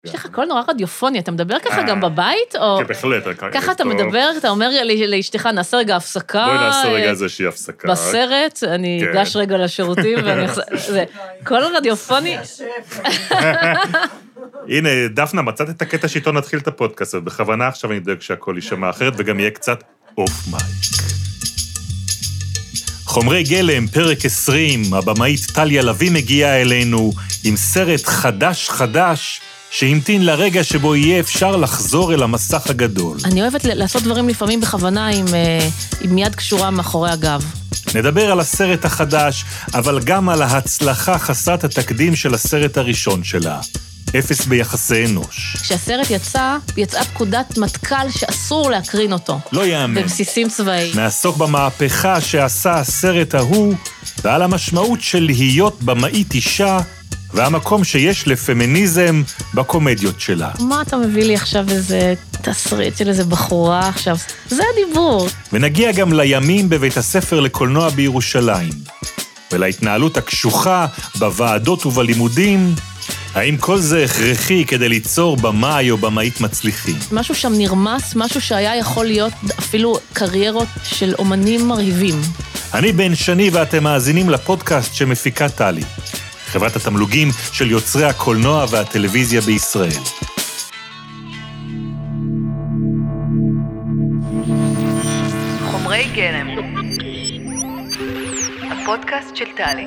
יש לך קול נורא רדיופוני, אתה מדבר ככה גם בבית, או... כן, בהחלט. ככה אתה מדבר, אתה אומר לאשתך, נעשה רגע הפסקה. בואי נעשה רגע איזושהי הפסקה. בסרט, אני אגש רגע לשירותים, ואני אחזור... קול רדיופוני... הנה, דפנה, מצאת את הקטע שאיתו נתחיל את הפודקאסט, ובכוונה עכשיו אני דואג שהכל יישמע אחרת, וגם יהיה קצת אוף מייק. חומרי גלם, פרק 20, הבמאית טליה לוי מגיעה אלינו עם סרט חדש, שהמתין לרגע שבו יהיה אפשר לחזור אל המסך הגדול. אני אוהבת לעשות דברים לפעמים בכוונה עם יד קשורה מאחורי הגב. נדבר על הסרט החדש, אבל גם על ההצלחה חסרת התקדים של הסרט הראשון שלה. אפס ביחסי אנוש. כשהסרט יצאה פקודת מטכ"ל שאסור להקרין אותו. לא יאמן. בבסיסים צבאיים. נעסוק במהפכה שעשה הסרט ההוא, ועל המשמעות של להיות במאית אישה, והמקום שיש לפמיניזם בקומדיות שלה. מה אתה מביא לי עכשיו איזה תסריט של איזה בחורה עכשיו? זה הדיבור. ונגיע גם לימים בבית הספר לקולנוע בירושלים, ולהתנהלות הקשוחה בוועדות ובלימודים, האם כל זה הכרחי כדי ליצור במאי או במאית מצליחים? משהו שם נרמס, משהו שהיה יכול להיות אפילו קריירות של אומנים מרהיבים. אני בן שני ואתם מאזינים לפודקאסט שמפיקה טלי, חברת התמלוגים של יוצרי הקולנוע והטלוויזיה בישראל. חומרי גלם, הפודקאסט של טלי.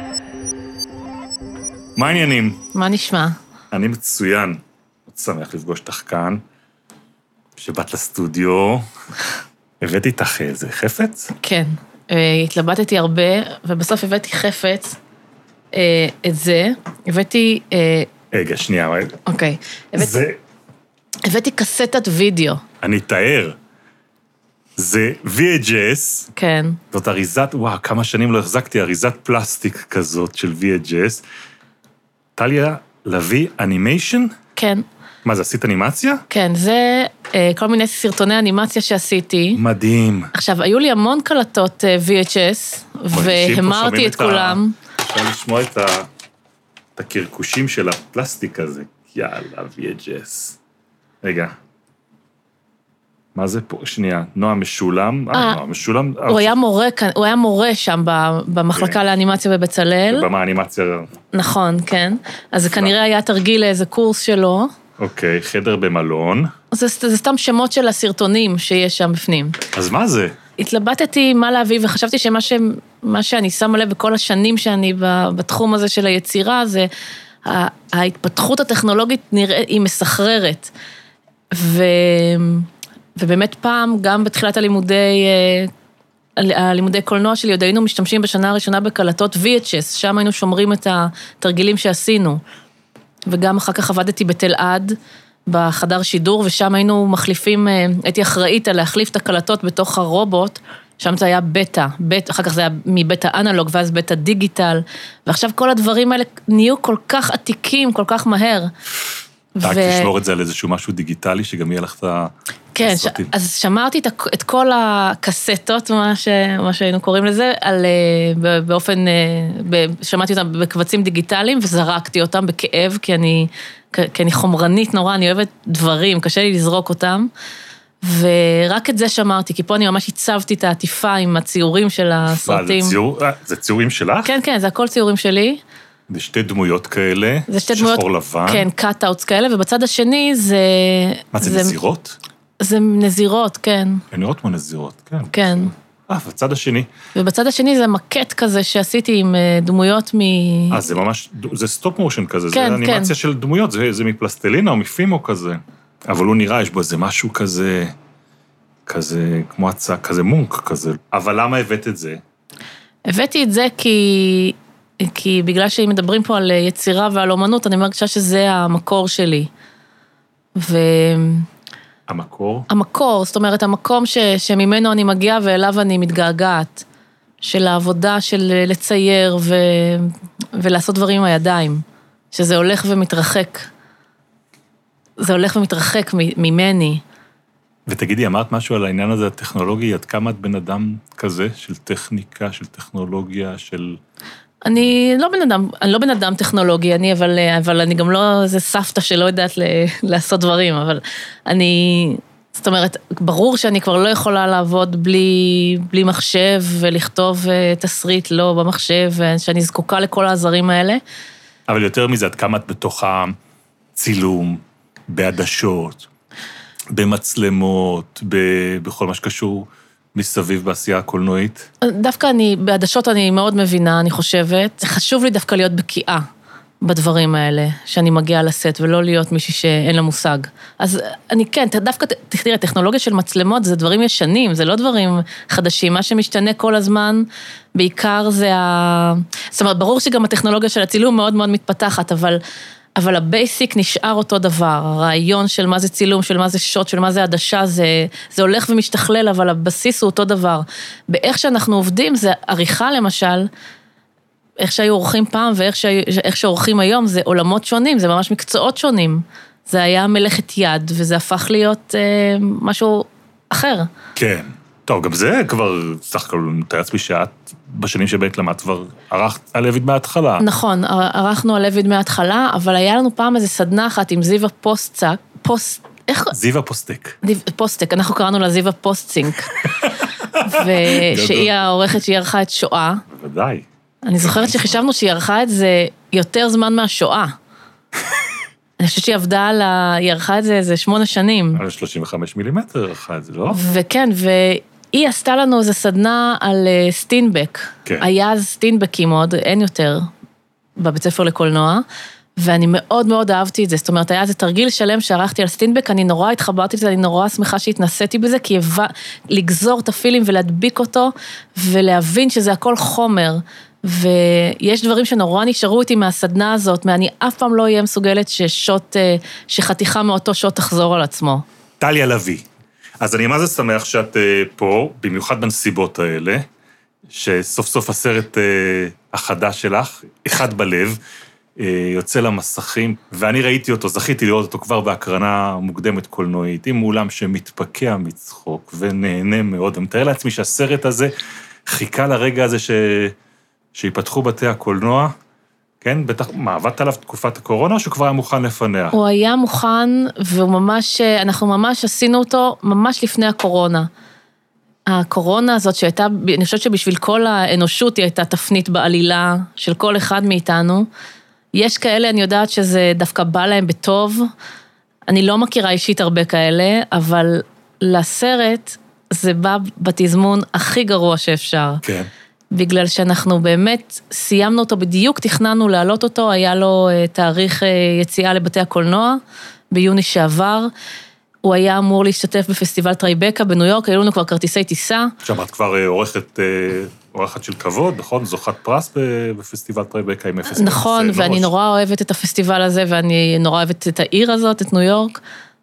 מה העניינים? מה נשמע? אני מצוין. מאוד שמח לפגוש אותך כאן. שבאת לסטודיו. הבאתי איתך איזה חפץ? כן. התלבטתי הרבה, ובסוף הבאתי חפץ. את זה. הבאתי... רגע, שנייה. אוקיי. זה... הבאתי קסטת וידאו. אני אתאר. זה VHS. כן. זאת אריזת... וואו, כמה שנים לא החזקתי אריזת פלסטיק כזאת של VHS. טליה לוי אנימיישן? כן. מה זה, עשית אנימציה? כן, זה כל מיני סרטוני אנימציה שעשיתי. מדהים. עכשיו, היו לי המון קלטות VHS, והמרתי את כולם. אפשר לשמוע את הקרקושים של הפלסטיק הזה. יאללה, VHS. רגע. מה זה פה? שנייה, נועם משולם. נועם משולם. הוא היה מורה שם במחלקה לאנימציה בבצלאל. במה האנימציה? נכון, כן. אז זה כנראה היה תרגיל לאיזה קורס שלו. אוקיי, חדר במלון. זה סתם שמות של הסרטונים שיש שם בפנים. אז מה זה? התלבטתי מה להביא, וחשבתי שמה שאני שמה לב בכל השנים שאני בתחום הזה של היצירה, זה ההתפתחות הטכנולוגית נראה, היא מסחררת. ובאמת פעם, גם בתחילת הלימודי קולנוע שלי, עוד היינו משתמשים בשנה הראשונה בקלטות VHS, שם היינו שומרים את התרגילים שעשינו. וגם אחר כך עבדתי בתל עד, בחדר שידור, ושם היינו מחליפים, הייתי אחראית על להחליף את הקלטות בתוך הרובוט, שם זה היה בטא, אחר כך זה היה מבטא אנלוג, ואז בטא דיגיטל, ועכשיו כל הדברים האלה נהיו כל כך עתיקים, כל כך מהר. רק תשמור את זה על איזשהו משהו דיגיטלי, שגם יהיה לך את הסרטים. כן, אז שמרתי את כל הקסטות, מה שהיינו קוראים לזה, באופן, שמעתי אותם בקבצים דיגיטליים, וזרקתי אותם בכאב, כי אני חומרנית נורא, אני אוהבת דברים, קשה לי לזרוק אותם, ורק את זה שמרתי, כי פה אני ממש הצבתי את העטיפה עם הציורים של הסרטים. זה ציורים שלך? כן, כן, זה הכל ציורים שלי. זה שתי דמויות כאלה, שחור לבן. כן, קאט-אאוטס כאלה, ובצד השני זה... מה, זה נזירות? זה נזירות, כן. הן נראות כמו נזירות, כן. כן. בצד השני. ובצד השני זה מקט כזה שעשיתי עם דמויות זה ממש, זה סטופ מושן כזה, כן, זה אנימציה של דמויות, זה מפלסטלינה או מפימו כזה. אבל הוא נראה, יש בו איזה משהו כזה, כמו הצעה, כזה מונק כזה. אבל למה הבאת את זה? הבאתי את זה כי בגלל שאם מדברים פה על יצירה ועל אומנות, אני מרגישה שזה המקור שלי. המקור? המקור, זאת אומרת, המקום שממנו אני מגיעה ואליו אני מתגעגעת, של העבודה של לצייר ולעשות דברים עם הידיים, שזה הולך ומתרחק. זה הולך ומתרחק ממני. ותגידי, אמרת משהו על העניין הזה הטכנולוגי, עד כמה את בן אדם כזה, של טכניקה, של טכנולוגיה, של... אני לא בן אדם טכנולוגי, אבל אני גם לא איזה סבתא שלא יודעת לעשות דברים, אבל זאת אומרת, ברור שאני כבר לא יכולה לעבוד בלי מחשב ולכתוב תסריט לא במחשב, שאני זקוקה לכל העזרים האלה. אבל יותר מזה, עד כמה את בתוך הצילום, בעדשות, במצלמות, בכל מה שקשור מסביב בעשייה הקולנועית? דווקא בעדשות אני מאוד מבינה, אני חושבת. חשוב לי דווקא להיות בקיאה בדברים האלה, שאני מגיעה לסט, ולא להיות מישהי שאין לה מושג. אז אני כן, דווקא, תראה, טכנולוגיה של מצלמות זה דברים ישנים, זה לא דברים חדשים. מה שמשתנה כל הזמן, בעיקר זה זאת אומרת, ברור שגם הטכנולוגיה של הצילום מאוד מאוד מתפתחת, אבל הבייסיק נשאר אותו דבר, הרעיון של מה זה צילום, של מה זה שוט, של מה זה עדשה, זה הולך ומשתכלל, אבל הבסיס הוא אותו דבר. באיך שאנחנו עובדים, זה עריכה למשל, איך שהיו עורכים פעם ואיך שעורכים היום, זה עולמות שונים, זה ממש מקצועות שונים. זה היה מלאכת יד, וזה הפך להיות משהו אחר. כן. טוב, גם זה כבר, סך הכל, נתאר לעצמי שאת בשנים שבית למד כבר ערכת על לויד מההתחלה. נכון, ערכנו על לויד מההתחלה, אבל היה לנו פעם איזה סדנה אחת עם זיווה זיווה פוסטק. פוסטק, אנחנו קראנו לה זיווה פוסטסינק. ושהיא העורכת שהיא ערכה את שואה. בוודאי. אני זוכרת שחישבנו שהיא ערכה את זה יותר זמן מהשואה. אני חושבת שהיא עבדה היא ערכה את זה איזה 8 שנים. על 35 מילימטר ערכה את זה, לא? וכן, והיא עשתה לנו איזו סדנה על סטינבק. כן. היה אז סטינבקים עוד, אין יותר, בבית ספר לקולנוע, ואני מאוד מאוד אהבתי את זה. זאת אומרת, היה איזה תרגיל שלם שערכתי על סטינבק, אני נורא התחברתי לזה, אני נורא שמחה שהתנסיתי בזה, כי לגזור את הפילים ולהדביק אותו, ולהבין שזה הכל חומר, ויש דברים שנורא נשארו איתי מהסדנה הזאת, אני אף פעם לא אהיה מסוגלת שחתיכה מאותו שוט תחזור על עצמו. טליה לביא. אז אני מה זה שמח שאת פה, במיוחד בנסיבות האלה, שסוף סוף הסרט החדש שלך, אחד בלב, יוצא למסכים, ואני ראיתי אותו, זכיתי לראות אותו כבר בהקרנה מוקדמת קולנועית, עם אולם שמתפקע מצחוק ונהנה מאוד. אני מתאר לעצמי שהסרט הזה חיכה לרגע הזה שיפתחו בתי הקולנוע, כן? בטח, מה, עבדת עליו תקופת הקורונה, או שהוא כבר היה מוכן לפניה? הוא היה מוכן, אנחנו ממש עשינו אותו ממש לפני הקורונה. הקורונה הזאת שהייתה, אני חושבת שבשביל כל האנושות היא הייתה תפנית בעלילה של כל אחד מאיתנו. יש כאלה, אני יודעת שזה דווקא בא להם בטוב. אני לא מכירה אישית הרבה כאלה, אבל לסרט זה בא בתזמון הכי גרוע שאפשר. כן. בגלל שאנחנו באמת סיימנו אותו, בדיוק תכננו להעלות אותו, היה לו תאריך יציאה לבתי הקולנוע, ביוני שעבר, הוא היה אמור להשתתף בפסטיבל טרייבקה בניו יורק, היו לנו כבר כרטיסי טיסה. שם את כבר עורכת של כבוד, נכון? זוכת פרס בפסטיבל טרייבקה עם 0. נכון, ואני נורא אוהבת את הפסטיבל הזה, ואני נורא אוהבת את העיר הזאת, את ניו יורק,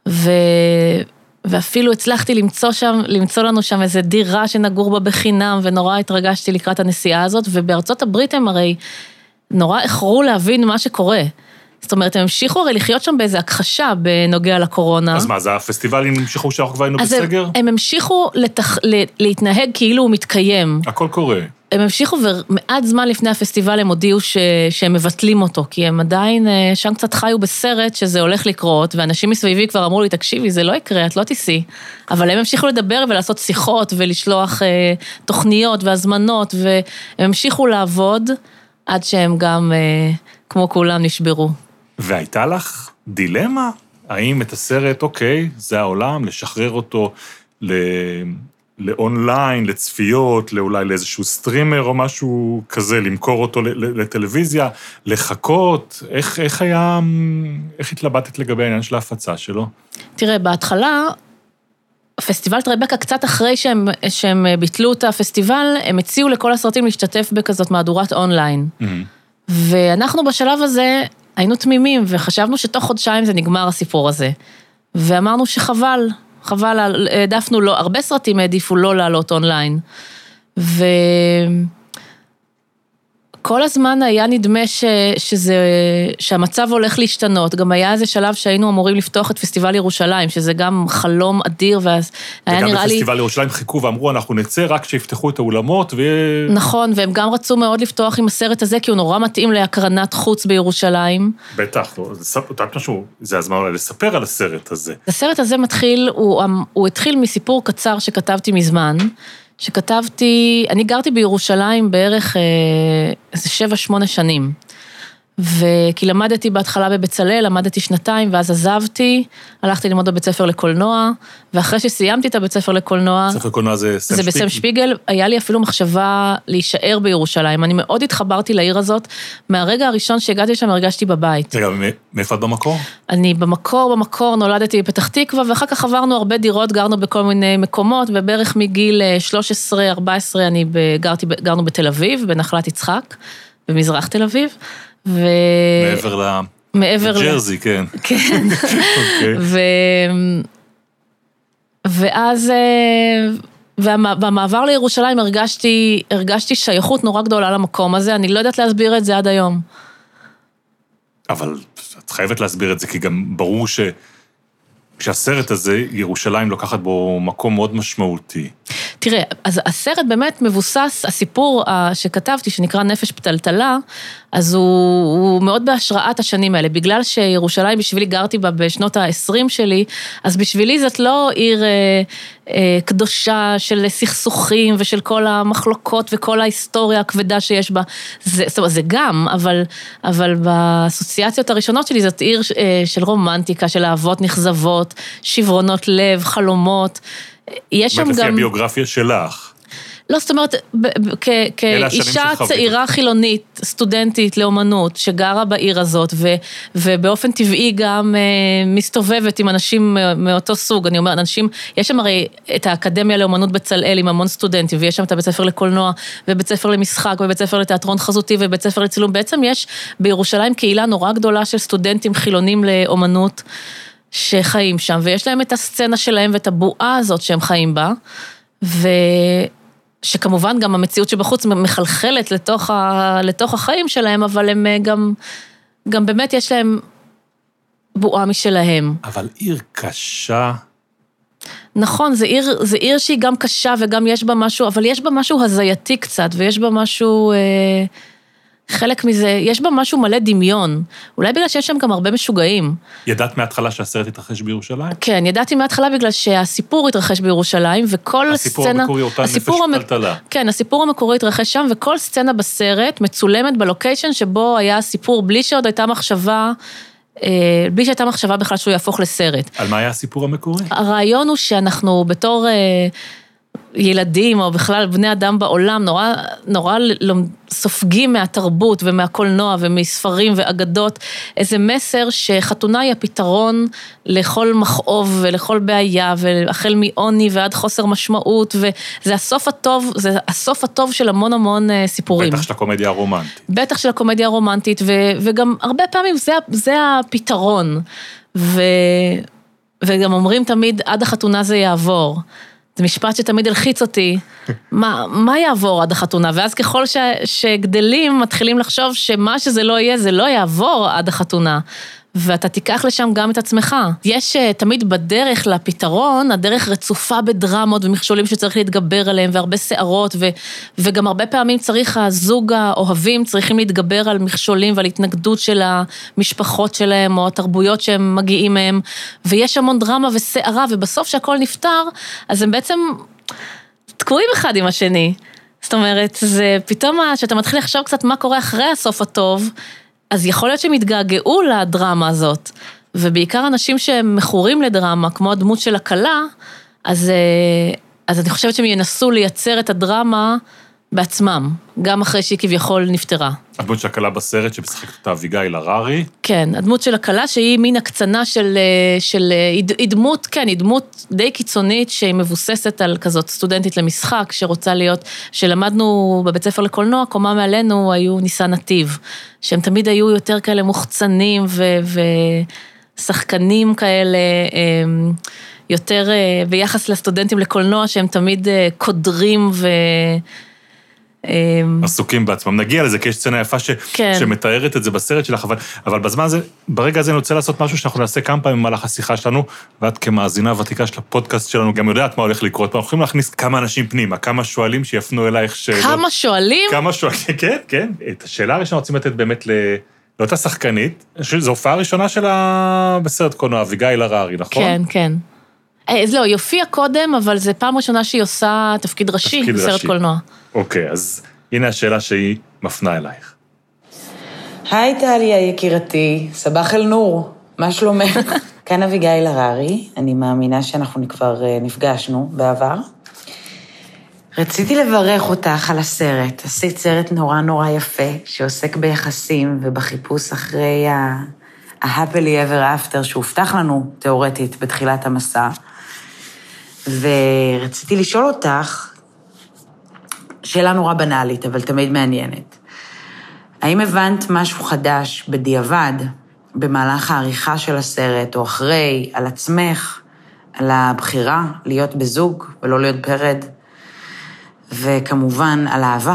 ואפילו הצלחתי למצוא לנו שם איזו דירה שנגור בה בחינם, ונורא התרגשתי לקראת הנסיעה הזאת, ובארצות הברית הם הרי נורא איחרו להבין מה שקורה. זאת אומרת, הם המשיכו הרי לחיות שם באיזו הכחשה בנוגע לקורונה. אז מה, זה הפסטיבלים המשיכו שאנחנו כבר היינו בסגר? הם המשיכו להתנהג כאילו הוא מתקיים. הכל קורה. הם המשיכו ומעט זמן לפני הפסטיבל הם הודיעו שהם מבטלים אותו, כי הם עדיין שם קצת חיו בסרט שזה הולך לקרות, ואנשים מסביבי כבר אמרו לי, תקשיבי, זה לא יקרה, את לא תיסי. אבל הם המשיכו לדבר ולעשות שיחות ולשלוח תוכניות והזמנות, והם המשיכו לעבוד עד שהם גם, כמו כולם, נשברו. והייתה לך דילמה? האם את הסרט, אוקיי, זה העולם, לשחרר אותו לאונליין, לצפיות, אולי לאיזשהו סטרימר או משהו כזה, למכור אותו לטלוויזיה, לחכות, איך התלבטת לגבי העניין של ההפצה שלו? תראה, בהתחלה, פסטיבל טרייבקה, קצת אחרי שהם ביטלו את הפסטיבל, הם הציעו לכל הסרטים להשתתף בכזאת מהדורת אונליין. ואנחנו בשלב הזה היינו תמימים, וחשבנו שתוך חודשיים זה נגמר הסיפור הזה. ואמרנו שחבל, העדפנו לא, הרבה סרטים העדיפו לא לעלות אונליין. כל הזמן היה נדמה שהמצב הולך להשתנות, גם היה איזה שלב שהיינו אמורים לפתוח את פסטיבל ירושלים, שזה גם חלום אדיר, ואז היה נראה לי... וגם בפסטיבל ירושלים חיכו ואמרו, אנחנו נצא רק שיפתחו את האולמות, נכון, והם גם רצו מאוד לפתוח עם הסרט הזה, כי הוא נורא מתאים להקרנת חוץ בירושלים. בטח, זה הזמן אולי לספר על הסרט הזה. הסרט הזה מתחיל, הוא התחיל מסיפור קצר שכתבתי מזמן, אני גרתי בירושלים בערך איזה 7-8 שנים, וכי למדתי בהתחלה בבצלאל, למדתי 2 ואז עזבתי, הלכתי ללמוד בבית ספר לקולנוע, ואחרי שסיימתי את הבית ספר לקולנוע, ספר לקולנוע זה בסם שפיגל, היה לי אפילו מחשבה להישאר בירושלים, אני מאוד התחברתי לעיר הזאת, מהרגע הראשון שהגעתי שם הרגשתי בבית. רגע, מאיפה את במקור? אני במקור נולדתי בפתח תקווה, ואחר כך עברנו הרבה דירות, גרנו בכל מיני מקומות, ובערך מגיל 13-14 גרנו בתל אביב, בנחלת יצחק, במזרח תל אביב, מעבר לג'רזי, כן. כן. ואז, במעבר לירושלים הרגשתי שייכות נורא גדולה למקום הזה, אני לא יודעת להסביר את זה עד היום. אבל את חייבת להסביר את זה, כי גם ברור כשהסרט הזה, ירושלים לוקחת בו מקום מאוד משמעותי. תראה, אז הסרט באמת מבוסס, הסיפור שכתבתי, שנקרא נפש פטלטלה, אז הוא מאוד בהשראת השנים האלה, בגלל שירושלים בשבילי גרתי בה בשנות ה-20 שלי, אז בשבילי זאת לא עיר קדושה של סכסוכים ושל כל המחלוקות וכל ההיסטוריה הכבדה שיש בה, זאת אומרת, זה גם, אבל באסוציאציות הראשונות שלי זאת עיר של רומנטיקה, של אהבות נכזבות, שברונות לב, חלומות, יש שם גם... לפי הביוגרפיה שלך. לא, זאת אומרת, כאישה צעירה חילונית, סטודנטית לאומנות, שגרה בעיר הזאת, ובאופן טבעי גם מסתובבת עם אנשים מאותו סוג, אני אומרת, אנשים, יש שם הרי את האקדמיה לאומנות בצלאל עם המון סטודנטים, ויש שם את הבית ספר לקולנוע, ובית ספר למשחק, ובית ספר לתיאטרון חזותי, ובית ספר לצילום, בעצם יש בירושלים קהילה נורא גדולה של סטודנטים חילונים לאומנות, שחיים שם, ויש להם את הסצנה שלהם, ואת הבועה הזאת שהם חיים בה, שכמובן גם המציאות שבחוץ מחלחלת לתוך החיים שלהם, אבל הם גם באמת יש להם בועה משלהם. אבל עיר קשה. נכון, זה עיר שהיא גם קשה וגם יש בה משהו, אבל יש בה משהו הזייתי קצת, ויש בה משהו... חלק מזה, יש בה משהו מלא דמיון, אולי בגלל שיש שם גם הרבה משוגעים. ידעת מההתחלה שהסרט התרחש בירושלים? כן, ידעתי מההתחלה בגלל שהסיפור התרחש בירושלים, וכל הסיפור סצנה... המקורי, אותה נפש פטלטלה. כן, הסיפור המקורי התרחש שם, וכל סצנה בסרט מצולמת בלוקיישן שבו היה הסיפור, בלי שעוד הייתה מחשבה, בלי שהייתה מחשבה בכלל שהוא יהפוך לסרט. על מה היה הסיפור המקורי? הרעיון הוא שאנחנו בתור... ילדים או בכלל בני אדם בעולם נורא סופגים מהתרבות ומהקולנוע ומספרים ואגדות איזה מסר שחתונה היא הפתרון לכל מכאוב ולכל בעיה והחל מעוני ועד חוסר משמעות וזה הסוף הטוב של המון סיפורים. בטח של הקומדיה הרומנטית. בטח של הקומדיה הרומנטית וגם הרבה פעמים זה הפתרון וגם אומרים תמיד עד החתונה זה יעבור. זה משפט שתמיד הלחיץ אותי, מה יעבור עד החתונה? ואז ככל שגדלים, מתחילים לחשוב שמה שזה לא יהיה, זה לא יעבור עד החתונה. ואתה תיקח לשם גם את עצמך. יש תמיד בדרך לפתרון, הדרך רצופה בדרמות ומכשולים שצריך להתגבר עליהם, והרבה שערות, וגם הרבה פעמים צריך, הזוג האוהבים צריכים להתגבר על מכשולים ועל התנגדות של המשפחות שלהם, או התרבויות שהם מגיעים מהם, ויש המון דרמה ושערה, ובסוף שהכל נפטר, אז הם בעצם תקועים אחד עם השני. זאת אומרת, זה פתאום שאתה מתחיל לחשוב קצת מה קורה אחרי הסוף הטוב, אז יכול להיות שהם יתגעגעו לדרמה הזאת, ובעיקר אנשים שהם מכורים לדרמה, כמו הדמות של הכלה, אז אני חושבת שהם ינסו לייצר את הדרמה בעצמם, גם אחרי שהיא כביכול נפטרה. הדמות של הכלה בסרט שמשחקת אותה אביגיל הררי? כן, הדמות של הכלה שהיא מין הקצנה היא דמות די קיצונית, שהיא מבוססת על כזאת סטודנטית למשחק, שרוצה להיות, שלמדנו בבית ספר לקולנוע, קומה מעלינו היו ניסה נתיב, שהם תמיד היו יותר כאלה מוחצנים ושחקנים כאלה, יותר ביחס לסטודנטים לקולנוע, שהם תמיד קודרים עסוקים בעצמם. נגיע לזה, כי יש סצנה יפה שמתארת את זה בסרט שלך, אבל בזמן הזה, ברגע הזה אני רוצה לעשות משהו שאנחנו נעשה כמה פעמים במהלך השיחה שלנו, ואת כמאזינה ותיקה של הפודקאסט שלנו, גם יודעת מה הולך לקרות, אנחנו יכולים להכניס כמה אנשים פנימה, כמה שואלים שיפנו אלייך שאלות. כמה שואלים? כמה שואלים, כן, כן. את השאלה הראשונה רוצים לתת באמת לאותה שחקנית, זו הופעה הראשונה שלה בסרט קולנוע, אביגיל הררי, נכון? כן, כן. אז לא, היא הופיעה קודם, אבל זו פעם ראשונה שהיא עושה תפקיד ראשי בסרט קולנוע. אוקיי, אז הנה השאלה שהיא מפנה אלייך. היי טליה יקירתי, סבח אל נור, מה שלומך? כאן אביגיל הררי, אני מאמינה שאנחנו כבר נפגשנו בעבר. רציתי לברך אותך על הסרט, עשית סרט נורא נורא יפה, שעוסק ביחסים ובחיפוש אחרי ה-happily ever after, שהובטח לנו תיאורטית בתחילת המסע. ורציתי לשאול אותך, שאלה נורא בנאלית, אבל תמיד מעניינת. האם הבנת משהו חדש בדיעבד, במהלך העריכה של הסרט, או אחרי, על עצמך, על הבחירה להיות בזוג ולא להיות פרד, וכמובן על אהבה?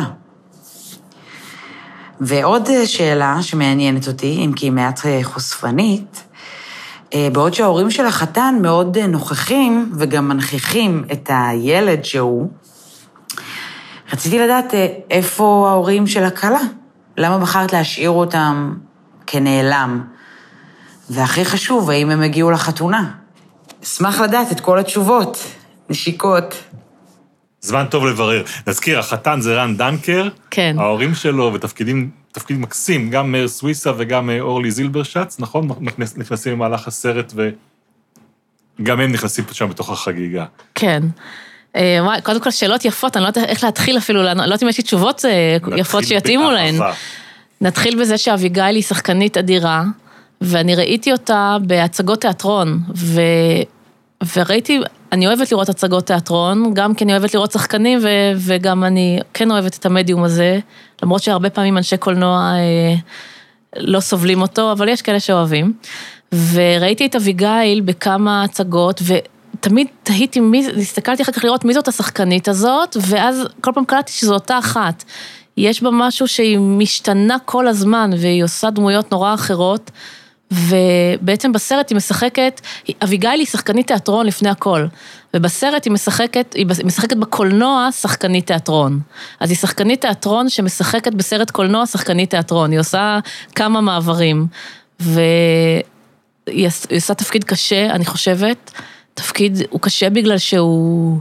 ועוד שאלה שמעניינת אותי, אם כי היא מעט חושפנית, בעוד שההורים של החתן מאוד נוכחים וגם מנכיחים את הילד שהוא, רציתי לדעת איפה ההורים של הכלה, למה בחרת להשאיר אותם כנעלם, והכי חשוב, האם הם הגיעו לחתונה. אשמח לדעת את כל התשובות, נשיקות. זמן טוב לברר. נזכיר, החתן זה רן דנקר, כן. ההורים שלו ותפקיד מקסים, גם מאיר סוויסה וגם אורלי זילברשץ, נכון? נכנסים במהלך הסרט וגם הם נכנסים שם בתוך החגיגה. כן. קודם כל שאלות יפות, אני לא יודעת איך להתחיל אפילו, אני לא יודעת אם יש לי תשובות יפות שיתאימו להן. נתחיל בזה שאביגיל היא שחקנית אדירה, ואני ראיתי אותה בהצגות תיאטרון, וראיתי, אני אוהבת לראות הצגות תיאטרון, גם כי אני אוהבת לראות שחקנים, וגם אני כן אוהבת את המדיום הזה, למרות שהרבה פעמים אנשי קולנוע לא סובלים אותו, אבל יש כאלה שאוהבים. וראיתי את אביגיל בכמה הצגות, ותמיד תהיתי, הסתכלתי אחר כך לראות מי זאת השחקנית הזאת, ואז כל פעם קלטתי שזו אותה אחת. יש בה משהו שהיא משתנה כל הזמן, והיא עושה דמויות נורא אחרות, ובעצם בסרט היא משחקת, אביגיל היא שחקנית תיאטרון לפני הכל, ובסרט היא משחקת בקולנוע שחקנית תיאטרון. אז היא שחקנית תיאטרון שמשחקת בסרט קולנוע שחקנית תיאטרון, היא עושה כמה מעברים, והיא עושה תפקיד קשה, אני חושבת, תפקיד הוא קשה בגלל שהוא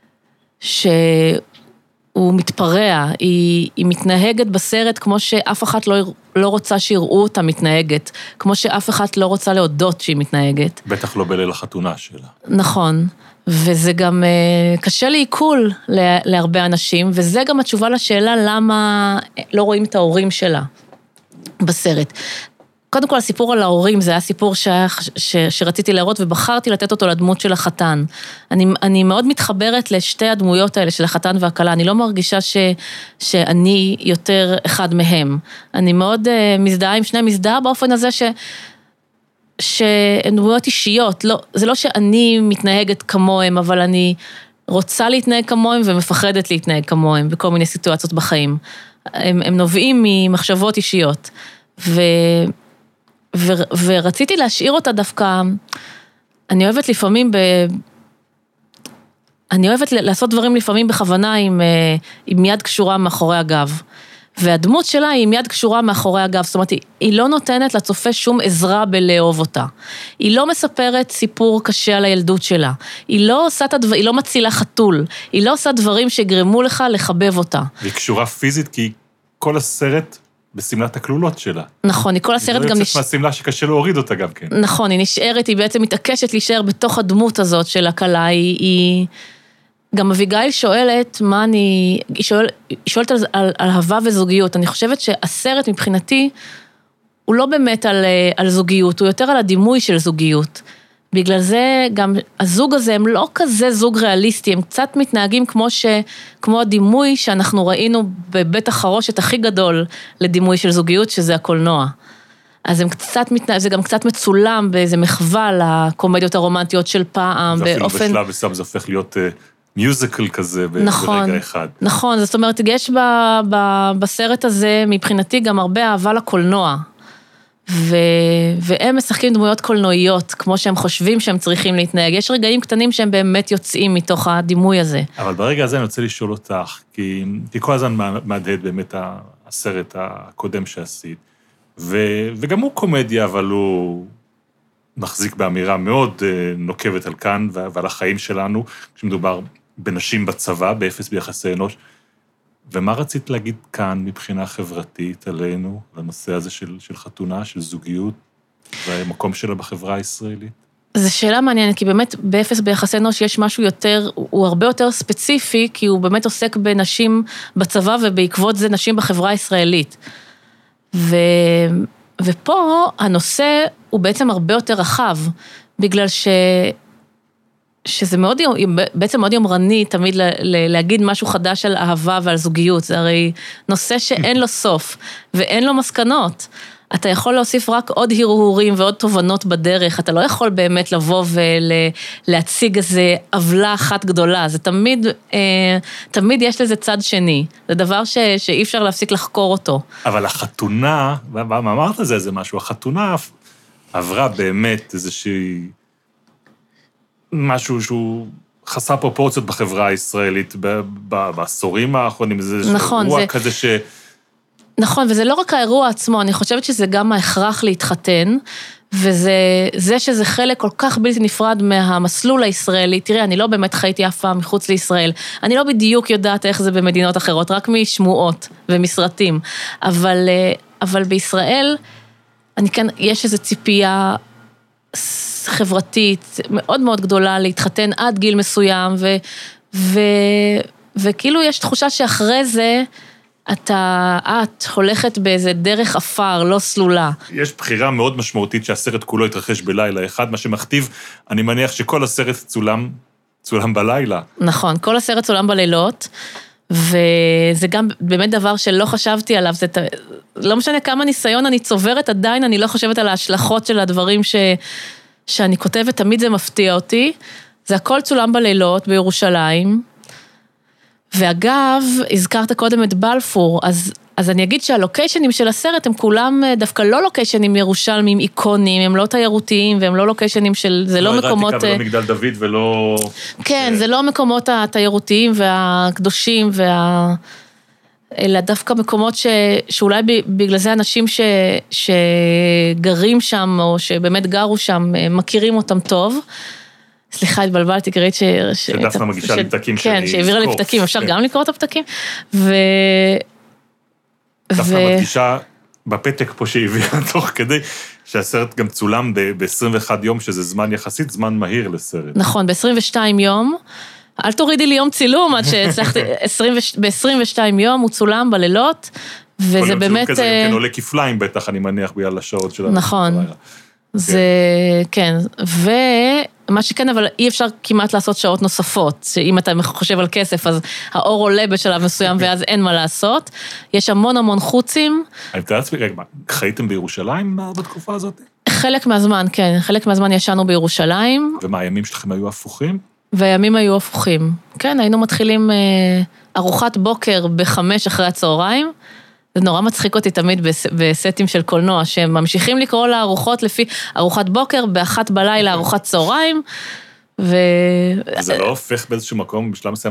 מתפרע, היא מתנהגת בסרט כמו שאף אחת לא רוצה שיראו אותה מתנהגת, כמו שאף אחת לא רוצה להודות שהיא מתנהגת. בטח לא בליל החתונה שלה. נכון, וזה גם קשה לעיכול להרבה אנשים, וזה גם התשובה לשאלה למה לא רואים את ההורים שלה בסרט. קודם כל, הסיפור על ההורים, זה היה סיפור שרציתי להראות, ובחרתי לתת אותו לדמות של החתן. אני מאוד מתחברת לשתי הדמויות האלה, של החתן והכלה. אני לא מרגישה שאני יותר אחד מהם. אני מאוד מזדהה עם שני מזדהה, באופן הזה שהן דמויות אישיות. לא, זה לא שאני מתנהגת כמוהם, אבל אני רוצה להתנהג כמוהם, ומפחדת להתנהג כמוהם, בכל מיני סיטואציות בחיים. הם נובעים ממחשבות אישיות. ורציתי להשאיר אותה דווקא, אני אוהבת לפעמים אני אוהבת לעשות דברים לפעמים בכוונה עם יד קשורה מאחורי הגב, והדמות שלה היא עם יד קשורה מאחורי הגב, זאת אומרת, היא לא נותנת לצופה שום עזרה בלאהוב אותה, היא לא מספרת סיפור קשה על הילדות שלה, היא לא מצילה חתול, היא לא עושה דברים שגרמו לך לחבב אותה. והיא קשורה פיזית כי כל הסרט בסמלת הכלולות שלה. נכון, היא כל הסרט גם נשארת מהסמלה שקשה להוריד אותה גם כן. נכון, היא נשארת, היא בעצם מתעקשת להישאר בתוך הדמות הזאת של הכלה, היא גם אביגיל שואלת היא שואלת על אהבה וזוגיות, אני חושבת שהסרט מבחינתי, הוא לא באמת על זוגיות, הוא יותר על הדימוי של זוגיות, בגלל זה גם הזוג הזה הם לא כזה זוג ריאליסטי, הם קצת מתנהגים כמו הדימוי שאנחנו ראינו בבית החרושת הכי גדול לדימוי של זוגיות, שזה הקולנוע. אז זה גם קצת מצולם באיזה מחווה לקומדיות הרומנטיות של פעם, זה אפילו בשלב מסוים זה הופך להיות מיוזיקל כזה ברגע אחד. נכון, זאת אומרת, יש בסרט הזה מבחינתי גם הרבה אהבה לקולנוע, והם משחקים דמויות קולנועיות, כמו שהם חושבים שהם צריכים להתנהג. יש רגעים קטנים שהם באמת יוצאים מתוך הדימוי הזה. אבל ברגע הזה אני רוצה לשאול אותך, כי כל הזמן מהדהד באמת הסרט הקודם שעשית, וגם הוא קומדיה, אבל הוא מחזיק באמירה מאוד נוקבת על כאן ועל החיים שלנו, כשמדובר בנשים בצבא, באפס ביחסי אנוש. ומה רצית להגיד כאן מבחינה חברתית עלינו, לנושא הזה של חתונה, של זוגיות, והמקום שלה בחברה הישראלית? זו שאלה מעניינת, כי באמת באפס ביחסי אנוש יש משהו יותר, הוא הרבה יותר ספציפי, כי הוא באמת עוסק בנשים בצבא, ובעקבות זה נשים בחברה הישראלית. ופה הנושא הוא בעצם הרבה יותר רחב, בגלל שזה מאוד, בעצם מאוד יומרני תמיד להגיד משהו חדש על אהבה ועל זוגיות, זה הרי נושא שאין לו סוף, ואין לו מסקנות. אתה יכול להוסיף רק עוד הרהורים ועוד תובנות בדרך, אתה לא יכול באמת לבוא ולהציג איזה עוולה אחת גדולה, זה תמיד יש לזה צד שני, זה דבר שאי אפשר להפסיק לחקור אותו. אבל החתונה, מה אמרת זה משהו, החתונה עברה באמת איזושהי, משהו שהוא חסר פרופורציות בחברה הישראלית, בעשורים האחרונים, זה אירוע כזה נכון, וזה לא רק האירוע עצמו, אני חושבת שזה גם ההכרח להתחתן, וזה שזה חלק כל כך בלתי נפרד מהמסלול הישראלי. תראה, אני לא באמת חייתי אף פעם מחוץ לישראל, אני לא בדיוק יודעת איך זה במדינות אחרות, רק משמועות ומסרטים, אבל בישראל, יש איזו ציפייה חברתית מאוד מאוד גדולה להתחתן עד גיל מסוים, וכאילו יש תחושה שאחרי זה, את הולכת באיזה דרך אפר, לא סלולה. יש בחירה מאוד משמעותית שהסרט כולו יתרחש בלילה אחד, מה שמכתיב, אני מניח שכל הסרט צולם בלילה. נכון, כל הסרט צולם בלילות, וזה גם באמת דבר שלא חשבתי עליו, לא משנה כמה ניסיון אני צוברת, עדיין אני לא חושבת על ההשלכות של הדברים שאני כותבת, תמיד זה מפתיע אותי. זה הכל צולם בלילות בירושלים, ואגב, הזכרת קודם את בלפור, אז אני אגיד שהלוקיישנים של הסרט הם כולם דווקא לא לוקיישנים ירושלמים איקונים, הם לא תיירותיים, והם לא לוקיישנים של, זה לא מקומות... לא ולא מגדל דוד ולא... כן, זה לא מקומות התיירותיים והקדושים, אלא דווקא מקומות שאולי בגלל זה אנשים שגרים שם, או שבאמת גרו שם, מכירים אותם טוב. סליחה, התבלבלתי, קראית שדפנה מגישה לי פתקים כן, שהעבירה לי פתקים, אפשר גם לקרוא את הפתקים, דפנה מדגישה בפתק פה שהעבירה תוך כדי, שהסרט גם צולם ב-21 יום, שזה זמן יחסית, זמן מהיר לסרט. נכון, ב-22 יום, אל תורידי לי יום צילום, עד שהצלחתי, ב-22 יום הוא צולם בלילות, וזה באמת... כזה כן עולה כפליים בטח, אני מניח, בגלל השעות שלנו. נכון, זה, כן, ומה שכן, אבל אי אפשר כמעט לעשות שעות נוספות, שאם אתה חושב על כסף, אז האור עולה בשלב מסוים, ואז אין מה לעשות. יש המון חוצים. אני מתאר לעצמי, חייתם בירושלים בתקופה הזאת? חלק מהזמן, כן, חלק מהזמן ישנו בירושלים. ומה, הימים שלכם היו הפוכים? והימים היו הפוכים. כן, היינו מתחילים ארוחת בוקר ב-5 אחרי הצהריים, זה נורא מצחיק אותי תמיד בסטים של קולנוע, שהם ממשיכים לקרוא לארוחות לפי ארוחת בוקר, ב1 בלילה ארוחת צהריים, זה לא הופך באיזשהו מקום, בשלב מסוים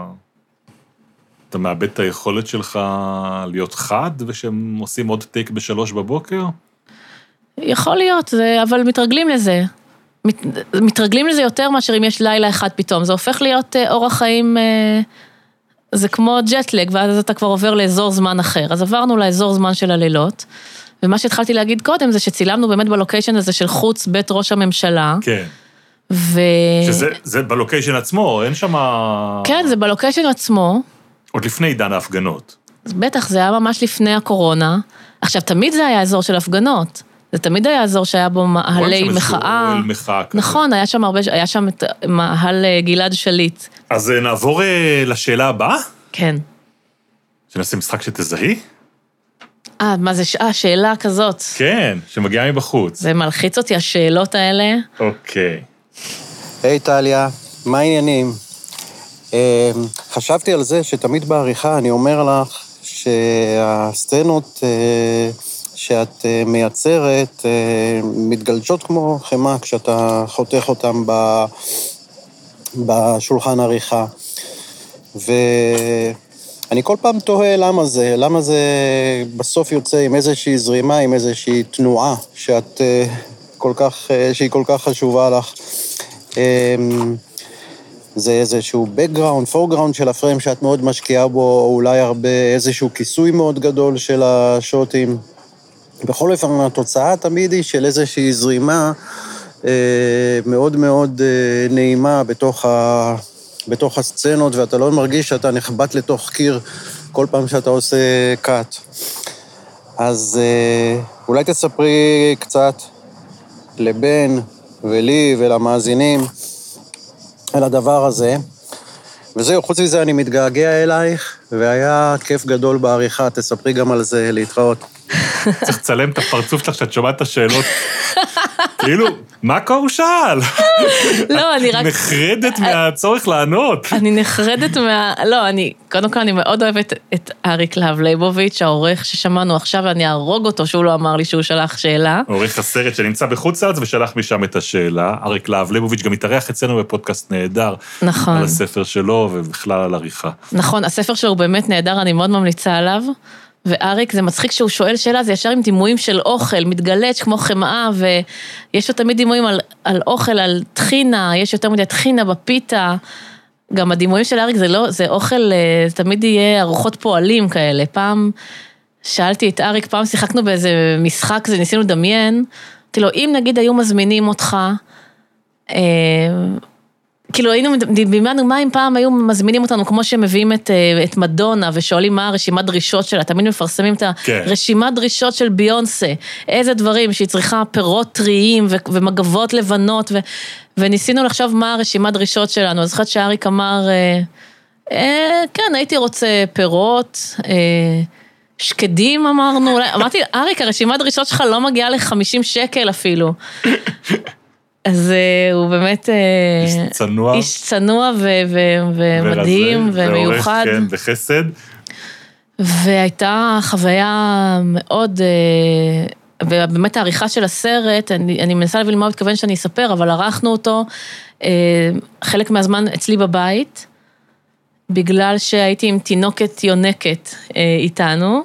אתה מאבד את היכולת שלך להיות חד, ושהם עושים עוד טייק ב3 בבוקר? יכול להיות, אבל מתרגלים לזה. מתרגלים לזה יותר מאשר אם יש לילה אחד פתאום. זה הופך להיות אורח חיים... זה כמו ג'טלג, ואז אתה כבר עובר לאזור זמן אחר. אז עברנו לאזור זמן של הלילות, ומה שהתחלתי להגיד קודם, זה שצילמנו באמת בלוקיישן הזה של חוץ בית ראש הממשלה. כן. שזה בלוקיישן עצמו, אין שם... כן, זה בלוקיישן עצמו. עוד לפני עידן ההפגנות. בטח, זה היה ממש לפני הקורונה. עכשיו, תמיד זה היה אזור של הפגנות. זה תמיד היה אזור שהיה בו מאהלי מחאה. נכון, היה שם את מאהל גלעד שליט. אז נעבור לשאלה הבאה? כן. שנעשה משחק שתזהי? מה זה שאלה כזאת? כן, שמגיעה מבחוץ. זה מלחיץ אותי, השאלות האלה. אוקיי. היי טליה, מה העניינים? חשבתי על זה שתמיד בעריכה אני אומר לך שהסצנות שאת מייצרת מתגלשות כמו חמה כשאתה חותך אותם בשולחן עריכה. ואני כל פעם תוהה למה זה בסוף יוצא עם איזושהי זרימה, עם איזושהי תנועה שהיא כל כך חשובה לך. זה איזשהו background, foreground של הפריים שאת מאוד משקיעה בו, או אולי הרבה איזשהו כיסוי מאוד גדול של השוטים. בכל אופן, התוצאה תמיד היא של איזושהי זרימה מאוד מאוד נעימה בתוך הסצנות, ואתה לא מרגיש שאתה נחבט לתוך קיר כל פעם שאתה עושה קאט. אז אולי תספרי קצת לבן ולי ולמאזינים על הדבר הזה. וזהו, חוץ מזה אני מתגעגע אלייך, והיה כיף גדול בעריכה, תספרי גם על זה, להתראות. צריך לצלם את הפרצוף שלך שאת שומעת את השאלות. כאילו, מה קור שאל? לא, אני רק... נחרדת מהצורך לענות. אני נחרדת לא, קודם כל אני מאוד אוהבת את אריק להב ליבוביץ', העורך ששמענו עכשיו, ואני ארוג אותו שהוא לא אמר לי שהוא שלח שאלה. עורך הסרט שנמצא בחוץ לארץ ושלח משם את השאלה. אריק להב ליבוביץ' גם התארח אצלנו בפודקאסט נהדר. נכון. על הספר שלו ובכלל על עריכה. נכון, הספר שלו הוא באמת נהדר, אני מאוד ממליצה עליו. ואריק, זה מצחיק שהוא שואל שאלה, זה ישר עם דימויים של אוכל, מתגלץ' כמו חמאה, ויש לו תמיד דימויים על אוכל, על תחינה, יש יותר מדי תחינה בפיתה. גם הדימויים של אריק זה אוכל, זה תמיד יהיה ארוחות פועלים כאלה. פעם שאלתי את אריק, פעם שיחקנו באיזה משחק, זה ניסינו לדמיין, אמרתי לו, אם נגיד היו מזמינים אותך, כאילו היינו דמיינו מה אם פעם היו מזמינים אותנו כמו שמביאים את מדונה ושואלים מה הרשימת דרישות שלה, תמיד מפרסמים את הרשימת דרישות של ביונסה, איזה דברים שהיא צריכה פירות טריים ומגבות לבנות, וניסינו לחשוב מה הרשימת דרישות שלנו. אז חד שאריק אמר, כן, הייתי רוצה פירות, שקדים אמרנו, אמרתי, אריק, הרשימת דרישות שלך לא מגיעה ל50 שקל אפילו. אז הוא באמת איש צנוע ומדהים ומיוחד. כן, בחסד. והייתה חוויה מאוד, ובאמת העריכה של הסרט, אני מנסה להבין מה מתכוון שאני אספר, אבל ערכנו אותו חלק מהזמן אצלי בבית, בגלל שהייתי עם תינוקת יונקת איתנו,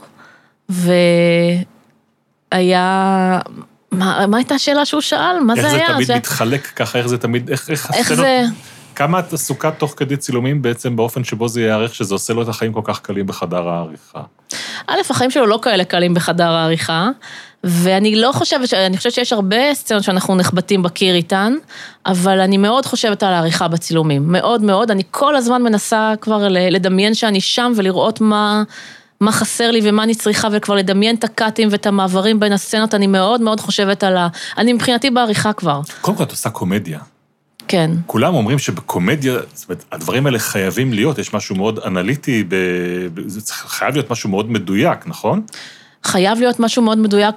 והיה... מה הייתה השאלה שהוא שאל? מה זה היה? איך זה תמיד מתחלק ככה, איך זה תמיד, איך זה... כמה את עסוקה תוך כדי צילומים בעצם באופן שבו זה יערך, שזה עושה לו את החיים כל כך קלים בחדר העריכה? א', החיים שלו לא כאלה קלים בחדר העריכה, ואני לא חושבת, אני חושבת שיש הרבה סצנות שאנחנו נחבטים בקיר איתן, אבל אני מאוד חושבת על העריכה בצילומים, מאוד מאוד, אני כל הזמן מנסה כבר לדמיין שאני שם ולראות מה חסר לי ומה אני צריכה, וכבר לדמיין את הקאטים ואת המעברים בין הסצנות, אני מאוד מאוד חושבת אני מבחינתי בעריכה כבר. קודם כל את עושה קומדיה. כן. כולם אומרים שבקומדיה, זאת אומרת, הדברים האלה חייבים להיות, יש משהו מאוד אנליטי, זה חייב להיות משהו מאוד מדויק, נכון? חייב להיות משהו מאוד מדויק,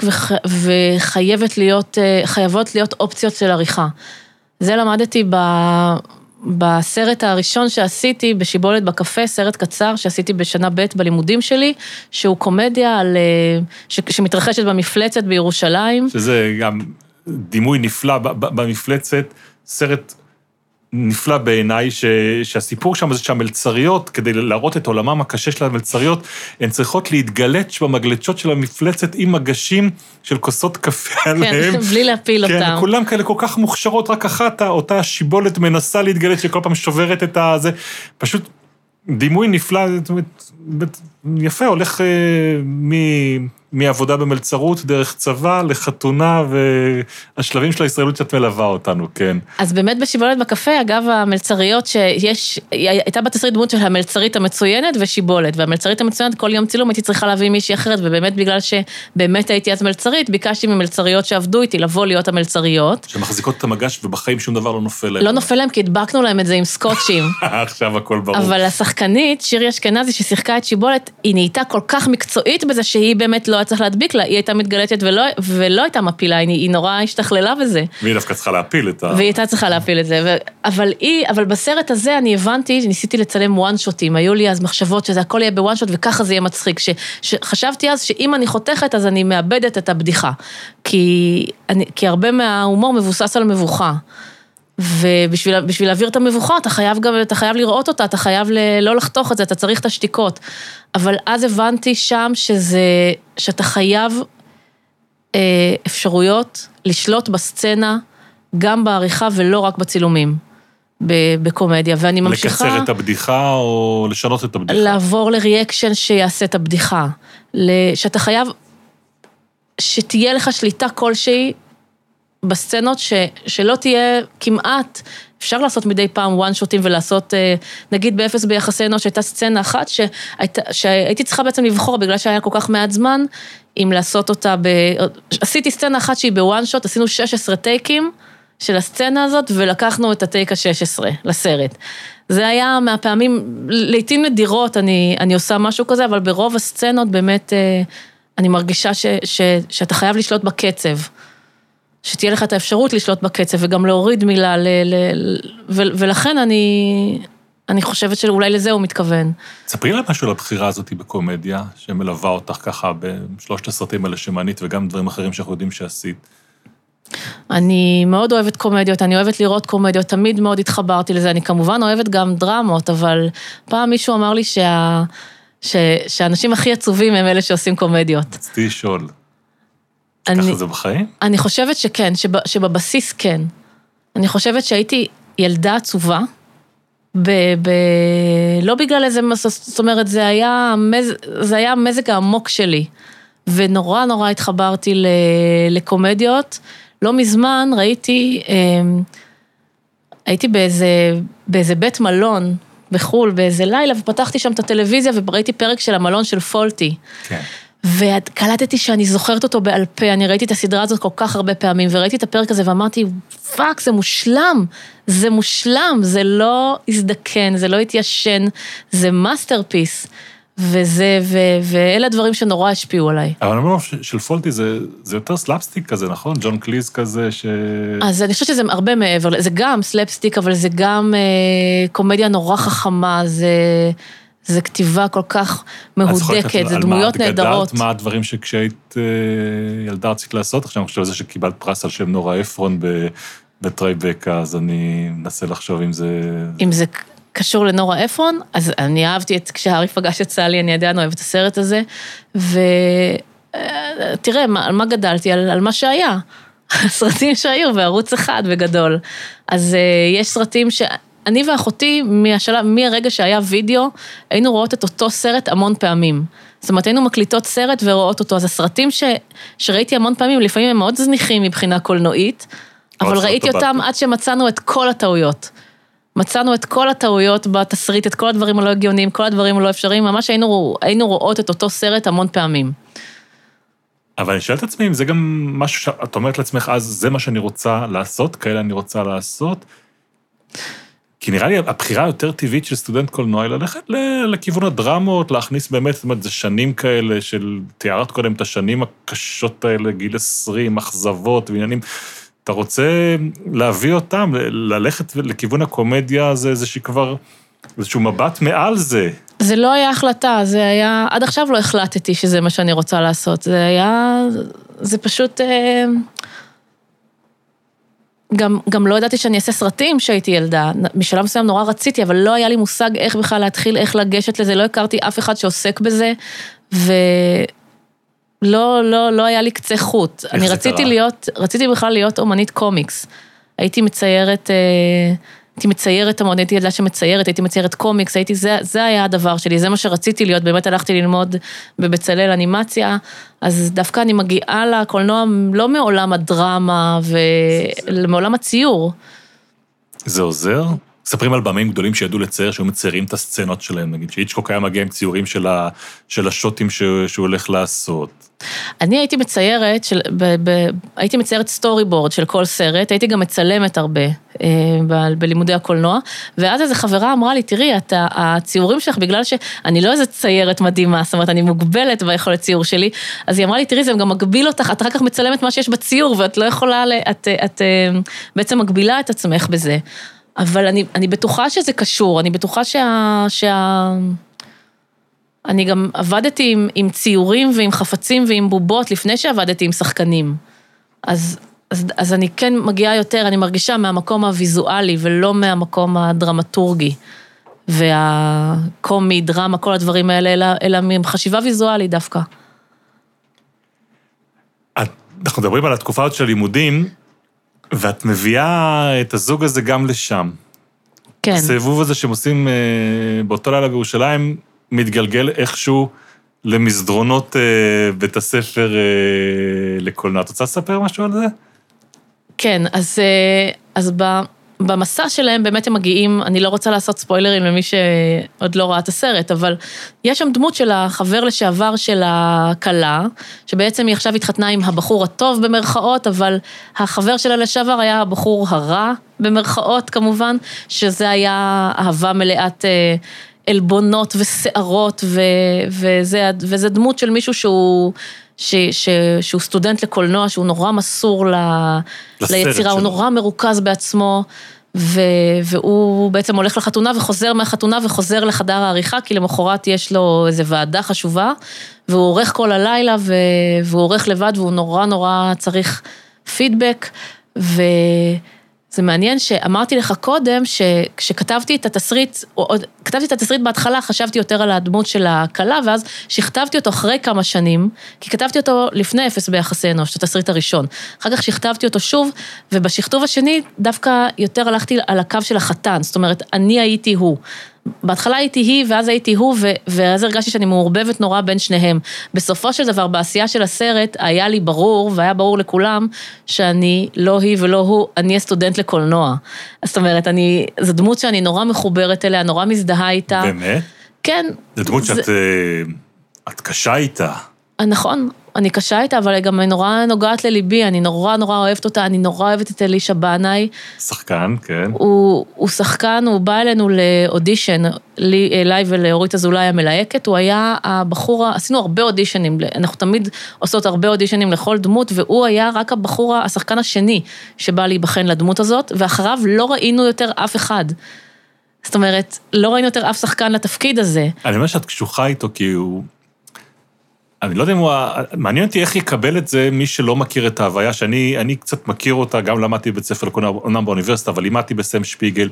חייבות להיות אופציות של עריכה. זה למדתי בסרט הראשון שעשיתי, בשיבולת בקפה, סרט קצר שעשיתי בשנה ב' בלימודים שלי, שהוא קומדיה שמתרחשת במפלצת בירושלים. שזה גם דימוי נפלא במפלצת, סרט נפלא בעיניי, שהסיפור שם זה שהמלצריות, כדי להראות את עולמם הקשה של המלצריות, הן צריכות להתגלץ' במגלצ'ות של המפלצת עם מגשים של כוסות קפה עליהם. כן, בלי להפיל אותם. כן, כולם כאלה כל כך מוכשרות, רק אחת, אותה שיבולת מנסה להתגלץ' שכל פעם שוברת את זה, פשוט דימוי נפלא, יפה, הולך מעבודה במלצרות, דרך צבא, לחתונה, והשלבים של הישראלות שאת מלווה אותנו, כן. אז באמת בשיבולת בקפה, אגב, המלצריות הייתה בתסריט דמות של המלצרית המצוינת ושיבולת, והמלצרית המצוינת כל יום צילום הייתי צריכה להביא מישהי אחרת, ובאמת בגלל שבאמת הייתי אז מלצרית, ביקשתי ממלצריות שעבדו איתי לבוא להיות המלצריות. שמחזיקות את המגש, ובחיים שום דבר לא נופל להם. לא נופל להם, כי הדבקנו להם את זה עם סקוטשים. עכשיו הכל ברור. אבל השחקנית, שירי אשכנזי, ששיחקה את שיבולת, היא נהייתה כל כך מקצועית בזה שהיא באמת לא צריך להדביק לה, היא הייתה מתגלטת ולא הייתה מפילה, היא נורא השתכללה בזה. והיא דווקא צריכה להפיל את והיא הייתה צריכה להפיל את זה, אבל בסרט הזה אני הבנתי, ניסיתי לצלם וואן שוטים, היו לי אז מחשבות שזה הכל יהיה בוואן שוט, וככה זה יהיה מצחיק, שחשבתי אז שאם אני חותכת, אז אני מאבדת את הבדיחה, כי הרבה מההומור מבוסס על מבוכה, ובשביל להעביר את המבוכה, אתה חייב לראות אותה, אתה חייב לא לחתוך את זה, אתה צריך את השתיקות. אבל אז הבנתי שם שאתה חייב אפשרויות לשלוט בסצנה, גם בעריכה ולא רק בצילומים, בקומדיה. ואני ממשיכה... לקצר את הבדיחה או לשנות את הבדיחה? לעבור לריאקשן שיעשה את הבדיחה. שאתה חייב, שתהיה לך שליטה כלשהי, בסצנות שלא תהיה כמעט, אפשר לעשות מדי פעם וואן שוטים ולעשות, נגיד באפס ביחסי אנוש, שהייתה סצנה אחת שהייתי צריכה בעצם לבחור, בגלל שהיה כל כך מעט זמן, אם לעשות אותה עשיתי סצנה אחת שהיא בוואן שוט, עשינו 16 טייקים של הסצנה הזאת, ולקחנו את הטייק ה-16 לסרט. זה היה מהפעמים, לעתים נדירות אני עושה משהו כזה, אבל ברוב הסצנות באמת, אני מרגישה שאתה חייב לשלוט בקצב. שתהיה לך את האפשרות לשלוט בקצב, וגם להוריד מילה, ולכן אני חושבת שאולי לזה הוא מתכוון. תספרי לה משהו לבחירה הזאת בקומדיה, שמלווה אותך ככה בשלושת הסרטים האלה שמענית, וגם דברים אחרים שאנחנו יודעים שעשית. אני מאוד אוהבת קומדיות, אני אוהבת לראות קומדיות, תמיד מאוד התחברתי לזה, אני כמובן אוהבת גם דרמות, אבל פעם מישהו אמר לי שהאנשים הכי עצובים הם אלה שעושים קומדיות. רציתי לשאול. ככה זה בחיים? אני חושבת שכן, שבבסיס כן. אני חושבת שהייתי ילדה עצובה, לא בגלל איזה, זאת אומרת, זה היה המזג העמוק שלי, ונורא נורא התחברתי לקומדיות. לא מזמן הייתי באיזה בית מלון בחול, באיזה לילה, ופתחתי שם את הטלוויזיה, וראיתי פרק של המלון של פולטי. כן. וקלטתי שאני זוכרת אותו בעל פה, אני ראיתי את הסדרה הזאת כל כך הרבה פעמים, וראיתי את הפרק הזה ואמרתי, פאק, זה מושלם, זה לא הזדקן, זה לא התיישן, זה מאסטרפיס, ואלה הדברים שנורא השפיעו עליי. אבל אני אומר של פולטי זה יותר סלאפסטיק כזה, נכון? ג'ון קליז כזה אז אני חושבת שזה הרבה מעבר, זה גם סלאפסטיק, אבל זה גם קומדיה נורא חכמה, זה כתיבה כל כך מהודקת, זה דמויות נהדרות. מה הדברים שכשהיית ילדה רצית לעשות? עכשיו אני חושב על זה שקיבלת פרס על שם נורה אפרון בטרייבקה, אז אני מנסה לחשוב אם זה קשור לנורה אפרון, אז אני אהבתי כשהארי פגש את סלי, אני עדיין אוהבת את הסרט הזה, ותראה, על מה גדלתי? על מה שהיה. הסרטים שהיו בערוץ אחד וגדול. אז יש סרטים אני ואחותי, מהרגע שהיה וידאו, היינו רואות את אותו סרט המון פעמים. זאת אומרת, היינו מקליטות סרט ורואות אותו. אז הסרטים שראיתי המון פעמים, לפעמים הם מאוד זניחים מבחינה קולנועית, אבל ראיתי אותם עד שמצאנו את כל הטעויות. מצאנו את כל הטעויות בתסריט, את כל הדברים הלא הגיוניים, כל הדברים הלא אפשריים, ממש היינו רואות את אותו סרט המון פעמים. אבל אני שואלת עצמי, אם זה גם משהו שאת אומרת לעצמך, אז זה מה שאני רוצה לעשות, כאלה אני רוצה לעשות, כי נראה לי הבחירה היותר טבעית של סטודנט קולנוע, היא ללכת לכיוון הדרמות, להכניס באמת, זאת אומרת, זה שנים כאלה של, תיארת קודם את השנים הקשות האלה, גיל 20, אכזבות ועניינים, אתה רוצה להביא אותם, ללכת לכיוון הקומדיה, זה איזשהו כבר, איזשהו מבט מעל זה. זה לא היה החלטה, זה היה, עד עכשיו לא החלטתי שזה מה שאני רוצה לעשות, זה פשוט, גם לא ידעתי שאני אעשה סרטים שהייתי ילדה, בשלב מסוים נורא רציתי, אבל לא היה לי מושג איך בכלל להתחיל, איך לגשת לזה, לא הכרתי אף אחד שעוסק בזה, לא היה לי קצה חוט. אני רציתי בכלל להיות אומנית קומיקס. הייתי מציירת המון, הייתי ילדה שמציירת, הייתי מציירת קומיקס, זה היה הדבר שלי, זה מה שרציתי להיות, באמת הלכתי ללמוד בבצלאל אנימציה, אז דווקא אני מגיעה לקולנוע לא מעולם הדרמה, ומעולם הציור. זה עוזר? מספרים על במאים גדולים שידעו לצייר, שהיו מציירים את הסצנות שלהם, נגיד, שהיצ'קוק היה מגיע עם ציורים של השוטים שהוא הולך לעשות. אני הייתי מציירת, הייתי מציירת סטורי בורד של כל סרט, הייתי גם מצלמת הרבה בלימודי הקולנוע, ואז איזו חברה אמרה לי, תראי, הציורים שלך, בגלל שאני לא איזה ציירת מדהימה, זאת אומרת, אני מוגבלת ביכולת ציור שלי, אז היא אמרה לי, תראי, זה גם מגביל אותך, את רק כך מצלמת מה שיש בציור, ואת לא יכולה, את בעצם מגבילה את עצמך בזה. אבל אני בטוחה שזה קשור, אני בטוחה אני גם עבדתי עם ציורים ועם חפצים ועם בובות לפני שעבדתי עם שחקנים. אז אני כן מגיעה יותר, אני מרגישה מהמקום הוויזואלי ולא מהמקום הדרמטורגי והקומי, דרמה, כל הדברים האלה, אלא מחשיבה ויזואלית דווקא. אנחנו מדברים על התקופה הזאת של לימודים, ואת מביאה את הזוג הזה גם לשם. כן. הסיבוב הזה שהם עושים באותו לילה בירושלים, מתגלגל איכשהו למסדרונות בית הספר לקולנוע. את רוצה לספר משהו על זה? כן, אז במסע שלהם באמת הם מגיעים, אני לא רוצה לעשות ספוילרים למי שעוד לא ראה את הסרט, אבל יש שם דמות של החבר לשעבר של הקלה, שבעצם היא עכשיו התחתנה עם הבחור הטוב במרכאות, אבל החבר שלה לשעבר היה הבחור הרע במרכאות כמובן, שזה היה אהבה מלאת אלבונות ושערות, וזה דמות של מישהו שהוא סטודנט לקולנוע, שהוא נורא מסור ליצירה, הוא נורא מרוכז בעצמו, והוא בעצם הולך לחתונה וחוזר מהחתונה וחוזר לחדר העריכה, כי למחרת יש לו איזו ועדה חשובה, והוא עורך כל הלילה, והוא עורך לבד, והוא נורא נורא צריך פידבק, זה מעניין שאמרתי לך קודם, שכשכתבתי את התסריט, כתבתי את התסריט בהתחלה, חשבתי יותר על הדמות של הקלה, ואז שכתבתי אותו אחרי כמה שנים, כי כתבתי אותו לפני אפס ביחסי אנוש, את התסריט הראשון. אחר כך שכתבתי אותו שוב, ובשכתוב השני דווקא יותר הלכתי על הקו של החתן, זאת אומרת, אני הייתי הוא. בהתחלה הייתי היא, ואז הייתי הוא, ואז הרגשתי שאני מעורבבת נורא בין שניהם. בסופו של דבר, בעשייה של הסרט, היה לי ברור, והיה ברור לכולם, שאני לא היא ולא הוא, אני הסטודנט לקולנוע. זאת אומרת, זו דמות שאני נורא מחוברת אליה, נורא מזדהה איתה. באמת? כן. זו דמות שאת קשה איתה. נכון, אני קשה איתה, אבל גם נורא נוגעת לליבי, אני נורא נורא אוהבת אותה, אני נורא אוהבת את אלישע בנאי. שחקן, כן. הוא שחקן, הוא בא אלינו לאודישן, אליי ולאורית אזולאי המלהקת, הוא היה הבחור, עשינו הרבה אודישנים, אנחנו תמיד עושות הרבה אודישנים לכל דמות, והוא היה רק השחקן השני שבא להיבחן לדמות הזאת, ואחריו לא ראינו יותר אף אחד. זאת אומרת, לא ראינו יותר אף שחקן לתפקיד הזה. אני אומר שאת קשוחה איתו, כי אני לא יודע אם מעניין אותי איך יקבל את זה מי שלא מכיר את ההוויה, שאני קצת מכיר אותה, גם למדתי בבית ספר לקולנוע, אומנם באוניברסיטה, אבל לימדתי בסם שפיגל,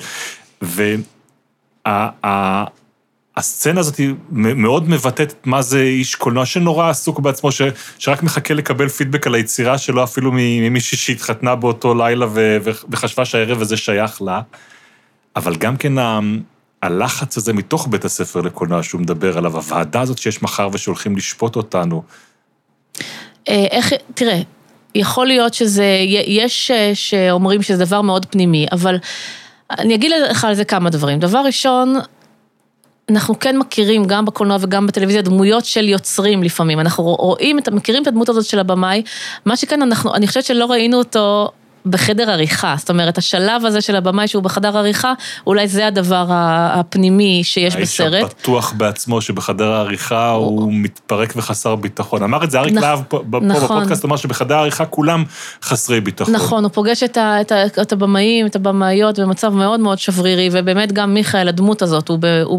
והסצנה הזאת היא מאוד מבטאת מה זה איש קולנוע, שנורא עסוק בעצמו, שרק מחכה לקבל פידבק על היצירה שלו, אפילו ממישהי שהתחתנה באותו לילה, וחשבה שהערב הזה שייך לה, אבל גם כן הלחץ הזה מתוך בית הספר לקולנוע שהוא מדבר עליו, הוועדה הזאת שיש מחר ושהולכים לשפוט אותנו. תראה, יכול להיות יש שאומרים שזה דבר מאוד פנימי, אבל אני אגיד לך על זה כמה דברים. דבר ראשון, אנחנו כן מכירים גם בקולנוע וגם בטלוויזיה דמויות של יוצרים לפעמים. אנחנו מכירים את הדמות הזאת של הבמאי, מה שכן אני חושבת שלא ראינו אותו בחדר עריכה, זאת אומרת, השלב הזה של הבמאי שהוא בחדר עריכה, אולי זה הדבר הפנימי שיש בסרט. האיש הפתוח בעצמו שבחדר העריכה הוא מתפרק וחסר ביטחון. אמר את זה אריק להב פה בפודקאסט, אמר שבחדר העריכה כולם חסרי ביטחון. נכון, הוא פוגש את הבמאים, את הבמאיות במצב מאוד מאוד שברירי, ובאמת גם מיכאל, הדמות הזאת, הוא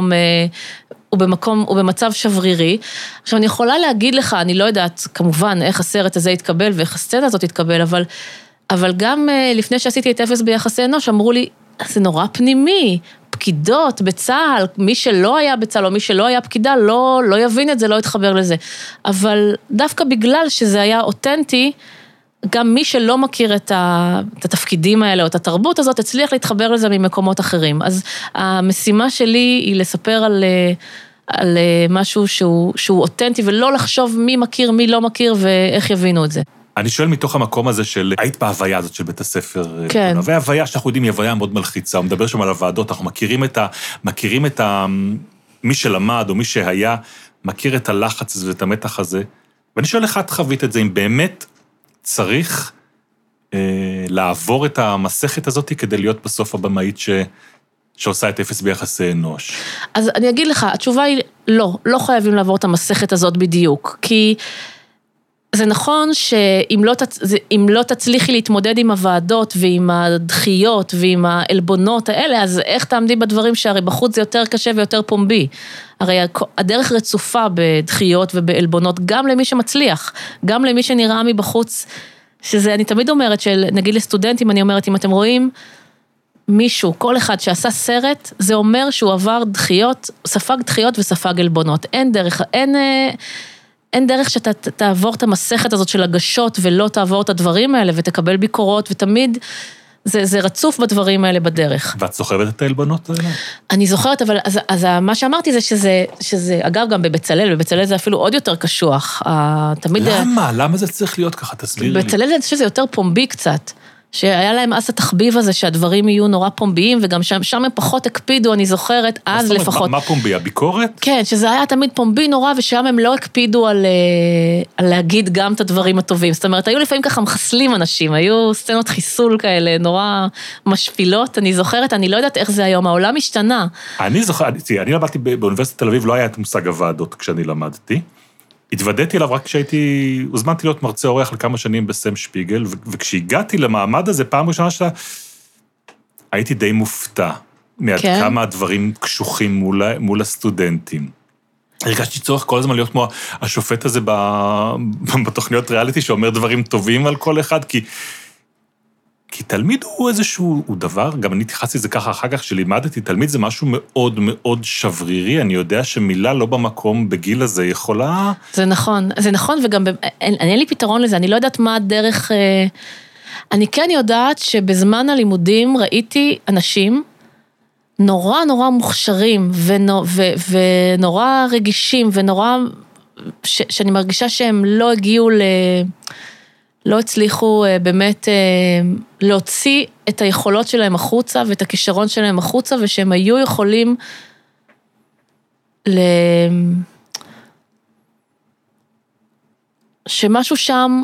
במצב שברירי. עכשיו, אני יכולה להגיד לך, אני לא יודעת כמובן איך הסרט הזה יתקבל ואיך הסצנה הזאת יתקבל, אבל גם לפני שעשיתי את אפס ביחסי אנוש, אמרו לי, זה נורא פנימי, פקידות בצהל, מי שלא היה בצהל או מי שלא היה פקידה, לא יבין את זה, לא יתחבר לזה. אבל דווקא בגלל שזה היה אותנטי, גם מי שלא מכיר את התפקידים האלה או את התרבות הזאת, הצליח להתחבר לזה ממקומות אחרים. אז המשימה שלי היא לספר על משהו שהוא אותנטי, ולא לחשוב מי מכיר, מי לא מכיר ואיך יבינו את זה. אני שואל מתוך המקום הזה של, היית בהוויה הזאת של בית הספר, כן. וההוויה שאנחנו יודעים היא הוויה מאוד מלחיצה, הוא מדבר שם על הוועדות, אנחנו מכירים את מי שלמד או מי שהיה, מכיר את הלחץ הזה ואת המתח הזה, ואני שואל לך, את חווית את זה, אם באמת צריך לעבור את המסכת הזאת כדי להיות בסוף הבמאית שעושה את אפס ביחס אנוש. אז אני אגיד לך, התשובה היא לא חייבים לעבור את המסכת הזאת בדיוק, כי זה נכון שאם לא תצליחי להתמודד עם הוועדות ועם הדחיות ועם העלבונות האלה, אז איך תעמדי בדברים שהרי בחוץ זה יותר קשה ויותר פומבי? הרי הדרך רצופה בדחיות ובעלבונות, גם למי שמצליח, גם למי שנראה מבחוץ, שזה אני תמיד אומרת, נגיד לסטודנטים, אני אומרת, אם אתם רואים מישהו, כל אחד שעשה סרט, זה אומר שהוא עבר דחיות, ספג דחיות וספג עלבונות. אין דרך שאתה תעבור את המסכת הזאת של הגשות, ולא תעבור את הדברים האלה, ותקבל ביקורות, ותמיד זה רצוף בדברים האלה בדרך. ואת זוכרת את העלבונות האלה? אני זוכרת, אבל אז מה שאמרתי זה שזה, אגב גם בבצלאל זה אפילו עוד יותר קשוח. למה? למה זה צריך להיות ככה? תסביר לי. בבצלאל זה שזה יותר פומבי קצת. שהיה להם אז התחביב הזה שהדברים יהיו נורא פומביים, וגם שם הם פחות הקפידו, אני זוכרת, אז לפחות. מה פומבי? הביקורת? כן, שזה היה תמיד פומבי נורא, ושם הם לא הקפידו על להגיד גם את הדברים הטובים. זאת אומרת, היו לפעמים ככה מחסלים אנשים, היו סצנות חיסול כאלה, נורא משפילות, אני זוכרת, אני לא יודעת איך זה היום, העולם השתנה. אני למדתי באוניברסיטת תל אביב, לא היה את מושג הוועדות כשאני למדתי. התוודעתי אליו רק הוזמנתי להיות מרצה אורח לכמה שנים בסם שפיגל, וכשהגעתי למעמד הזה, פעם ראשונה הייתי די מופתע, מעד כמה הדברים קשוחים מול הסטודנטים. הרגשתי צורך כל הזמן להיות כמו השופט הזה בתוכניות ריאליטי, שאומר דברים טובים על כל אחד, כי תלמיד הוא איזשהו דבר, גם אני התייחסתי לזה ככה אחר כך שלימדתי, תלמיד זה משהו מאוד מאוד שברירי, אני יודע שמילה לא במקום בגיל הזה יכולה... זה נכון, וגם אין לי פתרון לזה, אני לא יודעת מה הדרך... אני כן יודעת שבזמן הלימודים ראיתי אנשים נורא נורא מוכשרים, ונורא רגישים, ונורא... שאני מרגישה שהם לא הגיעו לא הצליחו באמת להוציא את היכולות שלהם החוצה, ואת הכישרון שלהם החוצה, ושהם היו יכולים שמשהו שם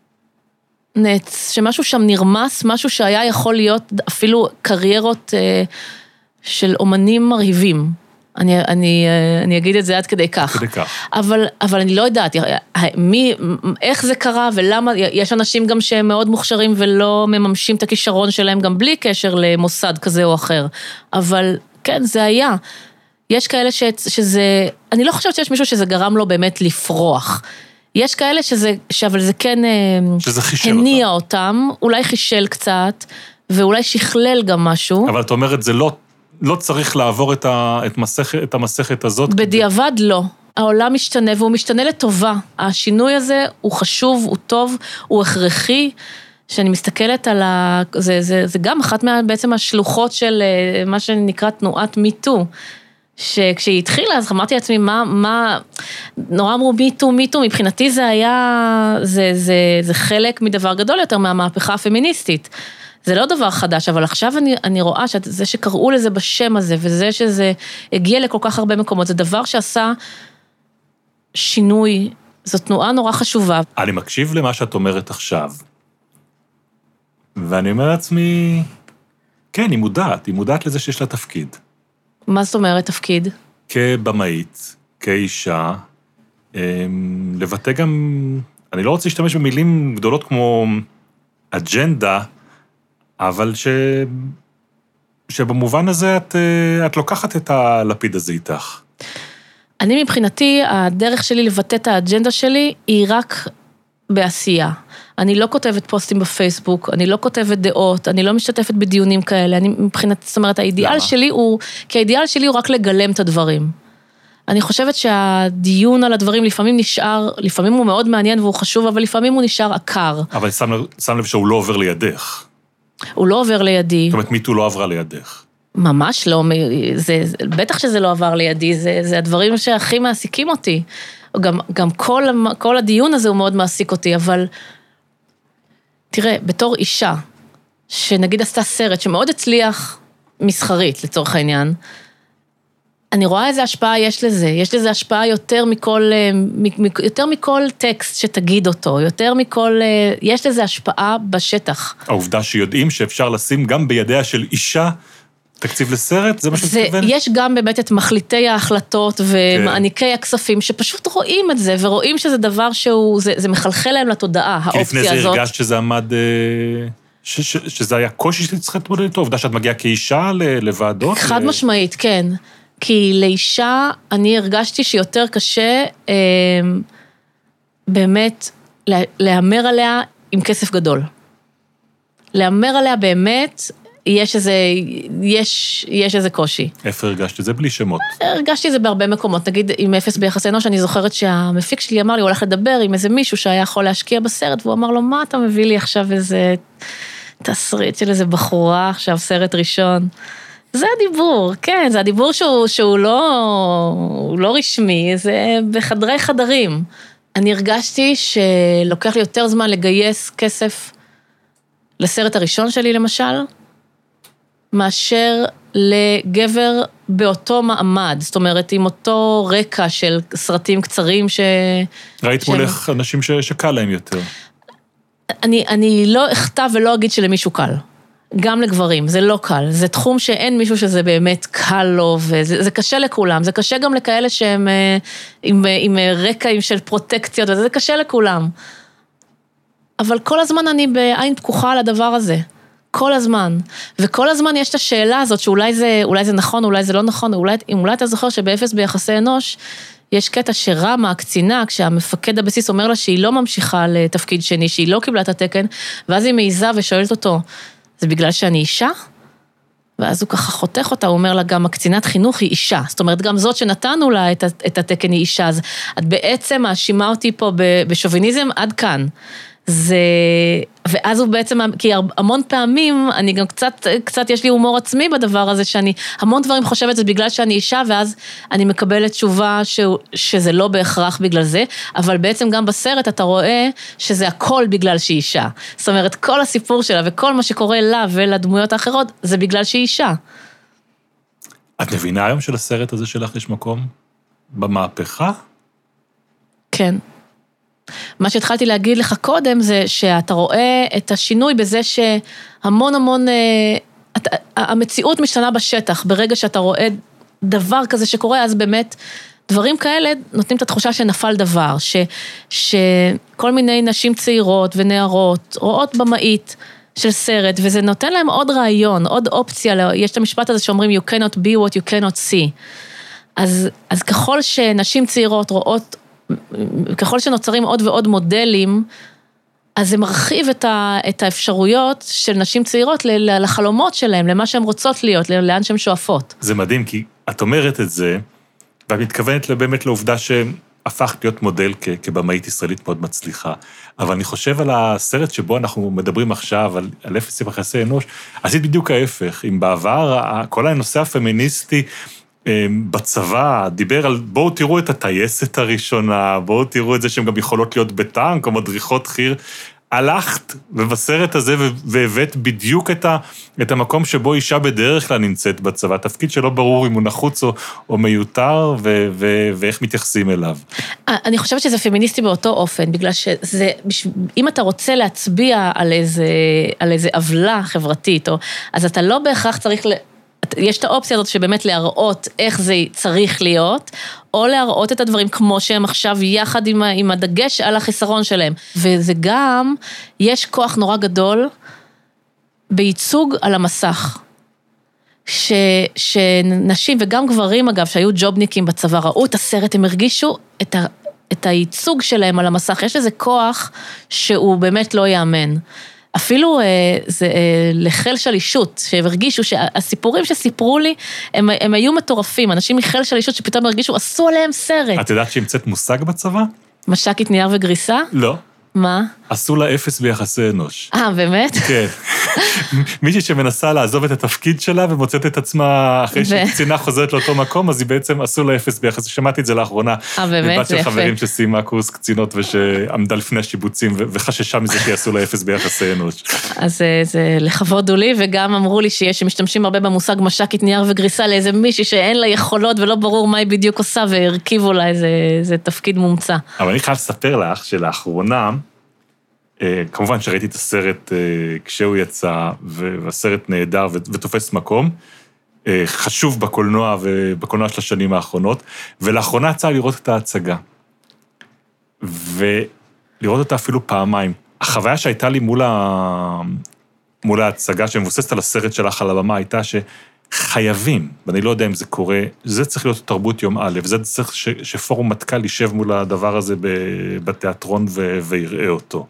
נרמס, משהו שהיה יכול להיות אפילו קריירות של אומנים מרהיבים. אני אגיד את זה עד כדי כך. אבל אני לא יודעת, איך זה קרה ולמה, יש אנשים גם שהם מאוד מוכשרים ולא מממשים את הכישרון שלהם גם בלי קשר למוסד כזה או אחר. אבל כן, זה היה. יש כאלה שזה, אני לא חושבת שיש מישהו שזה גרם לו באמת לפרוח. יש כאלה אבל זה כן הניע אותם, אולי חישל קצת, ואולי שכלל גם משהו. אבל את אומרת, זה לא צריך לעבור את המסכת הזאת. בדיעבד לא. העולם משתנה, והוא משתנה לטובה. השינוי הזה הוא חשוב, הוא טוב, הוא הכרחי, שאני מסתכלת על זה גם אחת בעצם השלוחות של מה שנקרא תנועת מיטו, שכשהיא התחילה, אז אמרתי לעצמי, נורא אמרו מיטו, מבחינתי זה היה, זה חלק מדבר גדול יותר מהמהפכה הפמיניסטית. זה לא דבר חדש, אבל עכשיו אני רואה שזה שקראו לזה בשם הזה, וזה שזה הגיע לכל כך הרבה מקומות, זה דבר שעשה שינוי, זו תנועה נורא חשובה. אני מקשיב למה שאת אומרת עכשיו, ואני אומר לעצמי, כן, היא מודעת לזה שיש לה תפקיד. מה זאת אומרת תפקיד? כבמאית, כאישה, לבטא גם, אני לא רוצה להשתמש במילים גדולות כמו אג'נדה, אבל שבמובן הזה את לוקחת את הלפיד הזה איתך. אני מבחינתי, הדרך שלי לבטא את האג'נדה שלי היא רק בעשייה. אני לא כותבת פוסטים בפייסבוק, אני לא כותבת דעות, אני לא משתתפת בדיונים כאלה. אני מבחינת, זאת אומרת, האידיאל שלי הוא, כי האידיאל שלי הוא רק לגלם את הדברים. אני חושבת שהדיון על הדברים לפעמים הוא מאוד מעניין והוא חשוב, אבל לפעמים הוא נשאר עקר. אבל שם לב שהוא לא עובר לידך. הוא לא עובר לידי. זאת אומרת, מיטו לא עברה לידך. ממש לא, בטח שזה לא עבר לידי, זה הדברים שהכי מעסיקים אותי. גם כל הדיון הזה הוא מאוד מעסיק אותי, אבל תראה, בתור אישה, שנגיד עשתה סרט שמאוד הצליח מסחרית לצורך העניין, אני רואה איזה השפעה יש לזה, יש לזה השפעה יותר מכל טקסט שתגיד אותו, יותר מכל, יש לזה השפעה בשטח. העובדה שיודעים שאפשר לשים גם בידיה של אישה תקציב לסרט, זה מה שמתכוון? יש גם באמת את מחליטי ההחלטות ומעניקי הכספים, שפשוט רואים את זה, ורואים שזה דבר זה מחלחל להם לתודעה, האופציה הזאת. כי לפני זה הרגשת שזה עמד, שזה היה קושי שצריך להתמודד איתו, עובדה שאת מגיעה כאישה לוועדות? חד משמעית, כן. כי לאישה אני הרגשתי שיותר קשה באמת להמר עליה עם כסף גדול. להמר עליה באמת, יש איזה קושי. איפה הרגשת את זה? בלי שמות. הרגשתי את זה בהרבה מקומות. נגיד, עם אפס ביחסי אנוש, אני זוכרת שהמפיק שלי אמר לי, הוא הולך לדבר עם איזה מישהו שהיה יכול להשקיע בסרט, והוא אמר לו, מה אתה מביא לי עכשיו איזה תסריט של איזה בחורה, עכשיו סרט ראשון. זה הדיבור, כן, זה הדיבור שהוא לא רשמי, זה בחדרי חדרים. אני הרגשתי שלוקח לי יותר זמן לגייס כסף לסרט הראשון שלי, למשל, מאשר לגבר באותו מעמד, זאת אומרת, עם אותו רקע של סרטים קצרים ראית מולך אנשים שקל להם יותר. אני לא אכתב ולא אגיד שלמישהו קל. גם לגברים, זה לא קל, זה תחום שאין מישהו שזה באמת קל לו, וזה קשה לכולם, זה קשה גם לכאלה שהם עם רקעים של פרוטקציות, וזה קשה לכולם. אבל כל הזמן אני בעין פקוחה על הדבר הזה, כל הזמן, וכל הזמן יש את השאלה הזאת, שאולי זה נכון, אולי זה לא נכון, אולי אתה זוכר שבאפס ביחסי אנוש, יש קטע שרמה, הקצינה, כשהמפקד הבסיס אומר לה שהיא לא ממשיכה לתפקיד שני, שהיא לא קיבלה את התקן, ואז היא מעיזה ושואלת אותו, זה בגלל שאני אישה? ואז הוא ככה חותך אותה, הוא אומר לה, גם הקצינת חינוך היא אישה. זאת אומרת, גם זאת שנתנו לה את התקן היא אישה. אז את בעצם מאשימה אותי פה בשוביניזם עד כאן. ואז הוא בעצם, כי המון פעמים, אני גם קצת יש לי הומור עצמי בדבר הזה, שאני המון דברים חושבת, זה בגלל שאני אישה, ואז אני מקבלת תשובה שזה לא בהכרח בגלל זה, אבל בעצם גם בסרט אתה רואה שזה הכל בגלל שהיא אישה. זאת אומרת, כל הסיפור שלה וכל מה שקורה לה ולדמויות האחרות, זה בגלל שהיא אישה. את מבינה היום של הסרט הזה שלך יש מקום? במהפכה? כן. מה שהתחלתי להגיד לך קודם זה שאתה רואה את השינוי בזה שהמון המציאות משתנה בשטח, ברגע שאתה רואה דבר כזה שקורה, אז באמת דברים כאלה נותנים את התחושה שנפל דבר, שכל מיני נשים צעירות ונערות רואות במאית של סרט, וזה נותן להם עוד רעיון, עוד אופציה, יש את המשפט הזה שאומרים you cannot be what you cannot see, אז ככל שנשים צעירות רואות, ככל שנוצרים עוד ועוד מודלים, אז זה מרחיב את האפשרויות של נשים צעירות לחלומות שלהם, למה שהן רוצות להיות, לאן שהן שואפות. זה מדהים, כי את אומרת את זה, ואת מתכוונת באמת לעובדה שהפכת להיות מודל כבמאית ישראלית מאוד מצליחה. אבל אני חושב על הסרט שבו אנחנו מדברים עכשיו, על אפס ביחסי אנוש, עשית בדיוק ההפך. אם בעבר, כל הנושא הפמיניסטי, בצבא, דיבר על בואו תראו את הטייסת הראשונה, בואו תראו את זה שהן גם יכולות להיות בטנק או מדריכות חי"ר, הלכת ובסרט הזה והבאת בדיוק את המקום שבו אישה בדרך כלל נמצאת בצבא, תפקיד שלא ברור אם הוא נחוץ או מיותר ואיך מתייחסים אליו. אני חושבת שזה פמיניסטי באותו אופן, בגלל שזה, אם אתה רוצה להצביע על איזה עוולה חברתית, אז אתה לא בהכרח צריך יש את האופציה הזאת שבאמת להראות איך זה צריך להיות, או להראות את הדברים כמו שהם עכשיו יחד עם הדגש על החיסרון שלהם. וזה גם, יש כוח נורא גדול בייצוג על המסך. שנשים וגם גברים אגב, שהיו ג'ובניקים בצבא, ראו את הסרט, הם הרגישו את הייצוג שלהם על המסך. יש איזה כוח שהוא באמת לא יאמן. אפילו זה לחיל שלישות, שהם הרגישו שהסיפורים שסיפרו לי, הם היו מטורפים, אנשים מחיל שלישות שפתאום הרגישו, עשו עליהם סרט. את יודעת שהמצאת מושג בצבא? מש"קית נייר וגריסה? לא. מה? עשו לה 0 ביחסי אנוש. באמת? כן. מישהי שמנסה לעזוב את התפקיד שלה ומוצאת את עצמה אחרי שקצינה חוזרת לאותו מקום, אז היא בעצם עשו לה 0 ביחסי. שמעתי את זה לאחרונה. באמת? מבת של חברים שסיימה קורס קצינות ושעמדה לפני השיבוצים וחששה מזה כי עשו לה 0 ביחסי אנוש. אז זה לכבוד הוא לי, וגם אמרו לי שמשתמשים הרבה במושג מש"קית נייר וגריסה לאיזה מישהי שאין לה יכולות ולא ברור מה היא בדיוק עושה, והרכיבו לה איזה תפקיד מומצא. אבל אני חייב לספר לך שלאחרונה, כמובן שראיתי את הסרט כשהוא יצא, והסרט נהדר ותופס מקום, חשוב בקולנוע ובקולנוע של השנים האחרונות, ולאחרונה יצא לראות את ההצגה. ולראות אותה אפילו פעמיים. החוויה שהייתה לי מול ההצגה שמבוססת על הסרט שלך על הבמה, הייתה שחייבים, ואני לא יודע אם זה קורה, זה צריך להיות תרבות יום א', זה צריך שפורום מטכ"ל יישב מול הדבר הזה בתיאטרון ויראה אותו.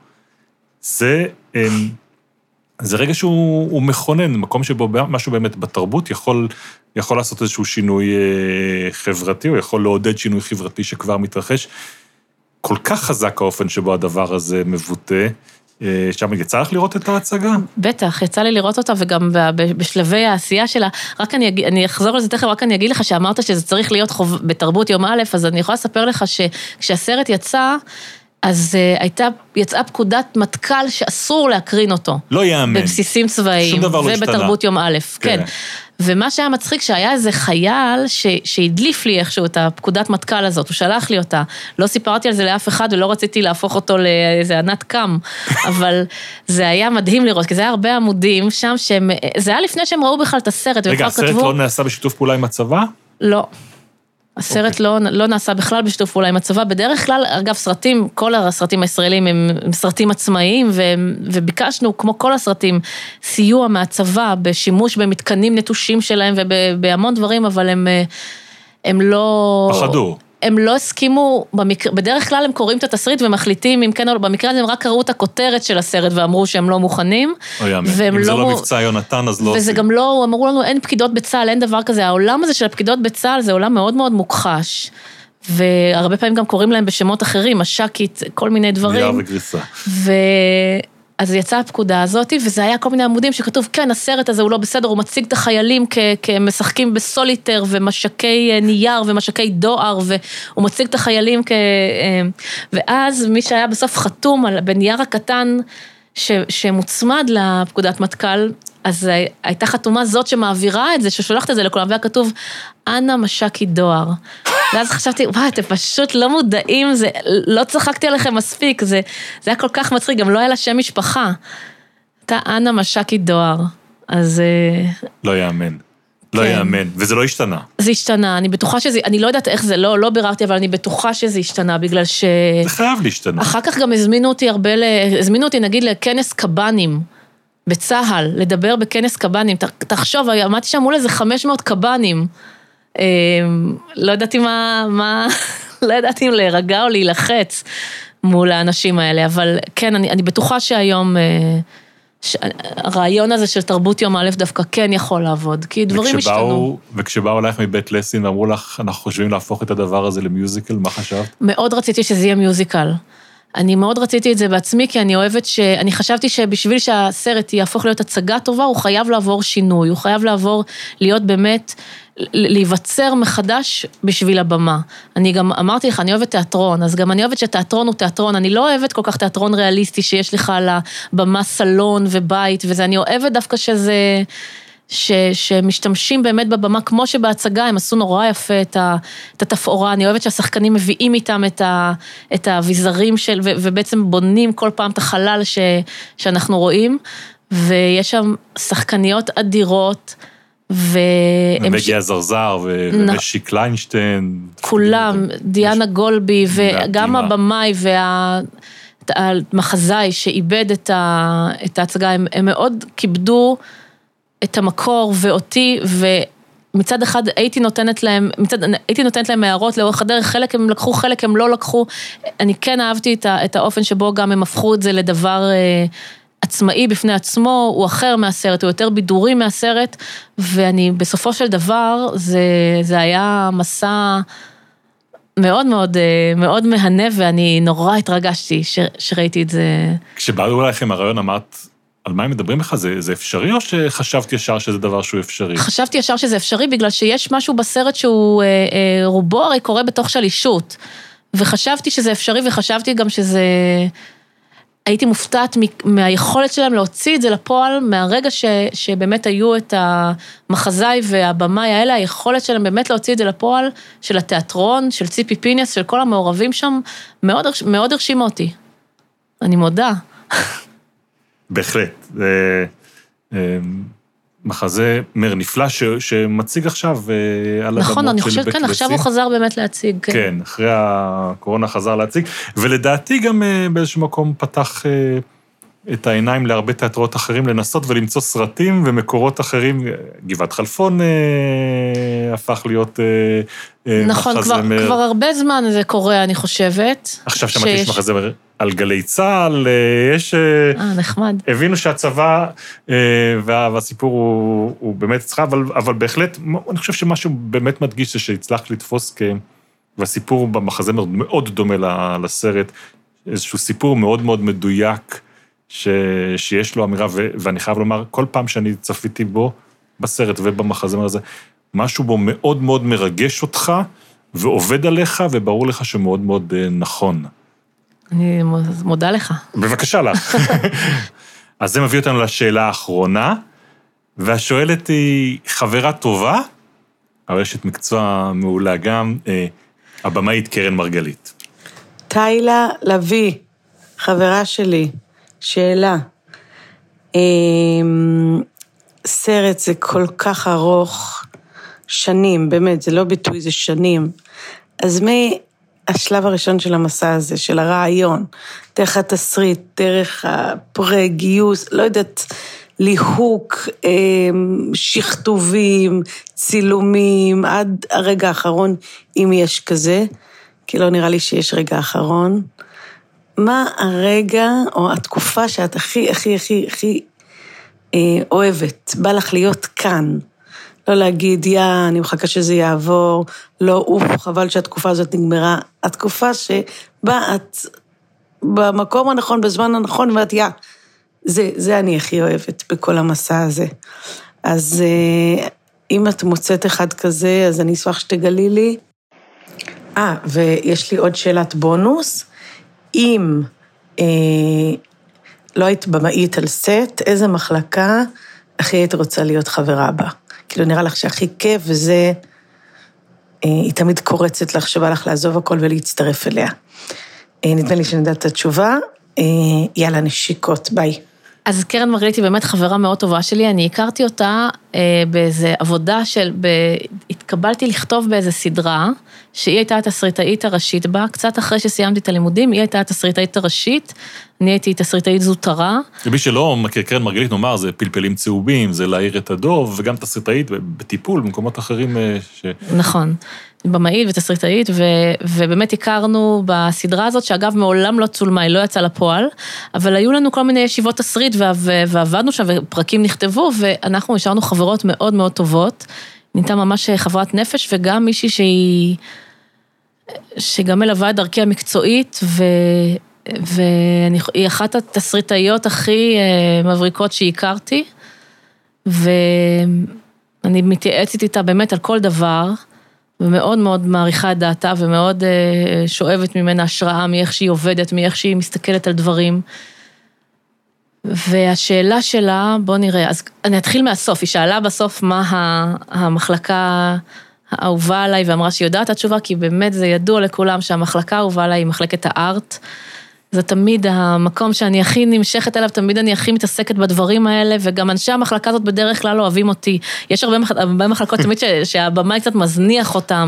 זה רגע שהוא מכונן, מקום שבו משהו באמת בתרבות יכול לעשות איזשהו שינוי חברתי, או יכול לעודד שינוי חברתי שכבר מתרחש. כל כך חזק האופן שבו הדבר הזה מבוטא. שם יצא לך לראות את ההצגה? בטח, יצא לי לראות אותה, וגם בשלבי העשייה שלה, רק אני אחזור לזה תכף, רק אני אגיד לך שאמרת שזה צריך להיות בתרבות יום א', אז אני יכולה לספר לך שכשהסרט יצא, אז יצאה פקודת מטכ"ל שאסור להקרין אותו. לא יאמן. בבסיסים צבאיים. שום דבר לא השתנה. ובתרבות יום א', כן. ומה שהיה מצחיק, שהיה איזה חייל שהדליף לי איכשהו את הפקודת מטכ"ל הזאת, הוא שלח לי אותה, לא סיפרתי על זה לאף אחד, ולא רציתי להפוך אותו לאיזה ענת קם, אבל זה היה מדהים לראות, כי זה היה הרבה עמודים שם, זה היה לפני שהם ראו בכלל את הסרט, רגע, הסרט לא נעשה בשיתוף פעולה עם הצבא? לא. הסרט לא נעשה בכלל בשיתוף פעולה עם הצבא, בדרך כלל, אגב, סרטים, כל הסרטים הישראלים הם סרטים עצמאיים, וביקשנו, כמו כל הסרטים, סיוע מהצבא, בשימוש במתקנים נטושים שלהם, ובהמון דברים, אבל הם לא... פחדו. הם לא הסכימו, בדרך כלל הם קוראים את התסריט ומחליטים, אם כן או לא, במקרה הזה הם רק קראו את הכותרת של הסרט ואמרו שהם לא מוכנים. אם זה לא מבצע יונתן, אז לא עושים. וזה גם לא, אמרו לנו, אין פקידות בצה"ל, אין דבר כזה. העולם הזה של הפקידות בצה"ל זה עולם מאוד מאוד מוכחש, והרבה פעמים גם קוראים להם בשמות אחרים, מש"קית, כל מיני דברים. נייר וגריסה. אז יצאה הפקודה הזאת, וזה היה כל מיני עמודים שכתוב, כן, הסרט הזה הוא לא בסדר, הוא מציג את החיילים כמשחקים בסוליטר, ומשקי נייר, ומשקי דואר, והוא מציג את החיילים ואז מי שהיה בסוף חתום בנייר הקטן, שמוצמד לפקודת מטכ"ל, אז הייתה חתומה זאת שמעבירה את זה, ששולחת את זה לכולם, והיה כתוב, אנא משקי דואר. ואז חשבתי, וואי, אתם פשוט לא מודעים, לא צחקתי עליכם מספיק, זה היה כל כך מצחיק, גם לא היה לה שם משפחה. הייתה אנא משקי דואר, אז... לא יאמן. לא יאמן, וזה לא השתנה. זה השתנה, אני בטוחה שזה, אני לא יודעת איך זה, לא ביררתי, אבל אני בטוחה שזה השתנה, בגלל זה חייב להשתנה. אחר כך גם הזמינו אותי נגיד לכנס קבנים, בצהל, לדבר בכנס קבנים, תחשוב, עמדתי שם מול איזה 500 קבנים, לא ידעתי לא ידעתי אם להירגע או להילחץ מול האנשים האלה, אבל כן, אני בטוחה שהיום הרעיון הזה של תרבות יום א' דווקא כן יכול לעבוד, כי דברים השתנו. וכשבאו לך מבית לסין ואמרו לך, אנחנו חושבים להפוך את הדבר הזה למיוזיקל, מה חשבת? מאוד רציתי שזה יהיה מיוזיקל. אני מאוד רציתי את זה בעצמי, כי אני אוהבת אני חשבתי שבשביל שהסרט יהפוך להיות הצגה טובה, הוא חייב לעבור שינוי, הוא חייב להיות באמת, להיווצר מחדש בשביל הבמה. אני גם אמרתי לך, אני אוהבת תיאטרון, אז גם אני אוהבת שתיאטרון הוא תיאטרון, אני לא אוהבת כל כך תיאטרון ריאליסטי, שיש לך על הבמה סלון ובית, וזה, אני אוהבת דווקא שמשתמשים באמת בבמה, כמו שבהצגה, הם עשו נורא יפה את התפאורה, אני אוהבת שהשחקנים מביאים איתם את האביזרים ובעצם בונים כל פעם את החלל שאנחנו רואים, ויש שם שחקניות אדירות, ומגיה זרזר, ושי קליינשטיין, כולם, דיאנה גולבי, וגם הבמאי והמחזאי שאיבד את ההצגה, הם מאוד כיבדו את המקור ואותי, ומצד אחד הייתי נותנת להם הערות לאורך הדרך, חלק הם לקחו, חלק הם לא לקחו, אני כן אהבתי את האופן שבו גם הם הפכו את זה לדבר עצמאי בפני עצמו, הוא אחר מהסרט, הוא יותר בידורי מהסרט, ואני בסופו של דבר, זה היה מסע מאוד מאוד, מאוד מהנה, ואני נורא התרגשתי שראיתי את זה. כשבאו אליכם הרעיון, אמרת, על מה הם מדברים לך? זה אפשרי, או שחשבתי ישר שזה דבר שהוא אפשרי? חשבתי ישר שזה אפשרי, בגלל שיש משהו בסרט שהוא, רובו הרי קורה בתוך שלישות, וחשבתי שזה אפשרי, וחשבתי גם שזה, הייתי מופתעת מהיכולת שלהם להוציא את זה לפועל, מהרגע שבאמת היו את המחזאי והבמאי האלה, היכולת שלהם באמת להוציא את זה לפועל, של התיאטרון, של ציפי פיניאס, של כל המעורבים שם, מאוד, מאוד הרשימו אותי. אני מודה. בהחלט. מחזה מר נפלא שמציג עכשיו על נכון, הבמות אני של חושבת, כן, עכשיו הוא חזר באמת להציג. כן, אחרי הקורונה חזר להציג, ולדעתי גם באיזשהו מקום פתח את העיניים להרבה תיאטרות אחרים, לנסות ולמצוא סרטים ומקורות אחרים. גבעת חלפון הפך להיות נכון, כבר הרבה זמן זה קורה, אני חושבת. עכשיו שמעתי יש מחזה על גלי צהל, יש... נחמד. הבינו שהצבא והסיפור הוא באמת צחה, אבל בהחלט, אני חושב שמשהו באמת מדגיש זה שהצלח לתפוס והסיפור במחזה מאוד דומה לסרט, איזשהו סיפור מאוד מאוד מדויק, שיש לו אמירה, ואני חייב לומר, כל פעם שאני צפיתי בו, בסרט ובמחזה הזה, משהו בו מאוד מאוד מרגש אותך, ועובד עליך, וברור לך שמאוד מאוד נכון. אני מודה לך. בבקשה לך. אז זה מביא אותנו לשאלה האחרונה, והשואלת היא חברה טובה, אבל יש את מקצוע מעולה גם, הבמאית קרן מרגלית. טיילה לוי, חברה שלי, שאלה. סרט זה כל כך ארוך, שנים, באמת, זה לא ביטוי, זה שנים. אז השלב הראשון של המסע הזה, של הרעיון, דרך התסריט, דרך הפרה, גיוס, לא יודעת, ליהוק, שכתובים, צילומים, עד הרגע האחרון, אם יש כזה, כי לא נראה לי שיש רגע האחרון. מה הרגע, או התקופה שאת הכי אוהבת, בא לך להיות כאן, לא להגיד, אני מחכה שזה יעבור, לא, חבל שהתקופה הזאת נגמרה, התקופה שבה את במקום הנכון, בזמן הנכון, ואת, זה אני הכי אוהבת בכל המסע הזה. אז אם את מוצאת אחד כזה, אז אני אשמח שתגלי לי. ויש לי עוד שאלת בונוס, אם לא היית במאית על סט, איזה מחלקה הכי היית רוצה להיות חברה בה? כאילו נראה לך שהכי כיף, וזה, היא תמיד קורצת לך, שבא לך לעזוב הכל ולהצטרף אליה. נדמה לי שנדעת את התשובה, יאללה, נשיקות, ביי. אז קרן מרגלית היא באמת חברה מאוד טובה שלי, אני הכרתי אותה באיזה עבודה התקבלתי לכתוב באיזה סדרה, שהיא הייתה התסריטאית הראשית בה, קצת אחרי שסיימתי את הלימודים, היא הייתה התסריטאית הראשית, אני הייתי תסריטאית זוטרה. למי שלא מכיר קרן מרגלית, נאמר, זה פלפלים צהובים, זה להעיר את הדוב, וגם תסריטאית בטיפול, במקומות אחרים נכון. במאית ותסריטאית, ובאמת הכרנו בסדרה הזאת, שאגב מעולם לא צולמה, היא לא יצאה לפועל, אבל היו לנו כל מיני ישיבות תסריט, ועבדנו שם, ופרקים נכתבו, ואנחנו נשארנו חברות מאוד מאוד טובות, נהייתה ממש חברת נפש, וגם מישהי שגם מלווה את דרכי המקצועית, והיא אחת התסריטאיות הכי מבריקות שהכרתי, ואני מתייעצת איתה באמת על כל דבר, ומאוד מאוד מעריכה את דעתה, ומאוד שואבת ממנה השראה, מאיך שהיא עובדת, מאיך שהיא מסתכלת על דברים. והשאלה שלה, בוא נראה, אז אני אתחיל מהסוף, היא שאלה בסוף מה המחלקה האהובה עליי, ואמרה שהיא יודעת התשובה, כי באמת זה ידוע לכולם שהמחלקה האהובה עליי היא מחלקת הארט, זה תמיד המקום שאני הכי נמשכת אליו, תמיד אני הכי מתעסקת בדברים האלה, וגם אנשי המחלקה הזאת בדרך כלל לא אוהבים אותי. יש הרבה מחלקות תמיד שהבמה קצת מזניח אותם,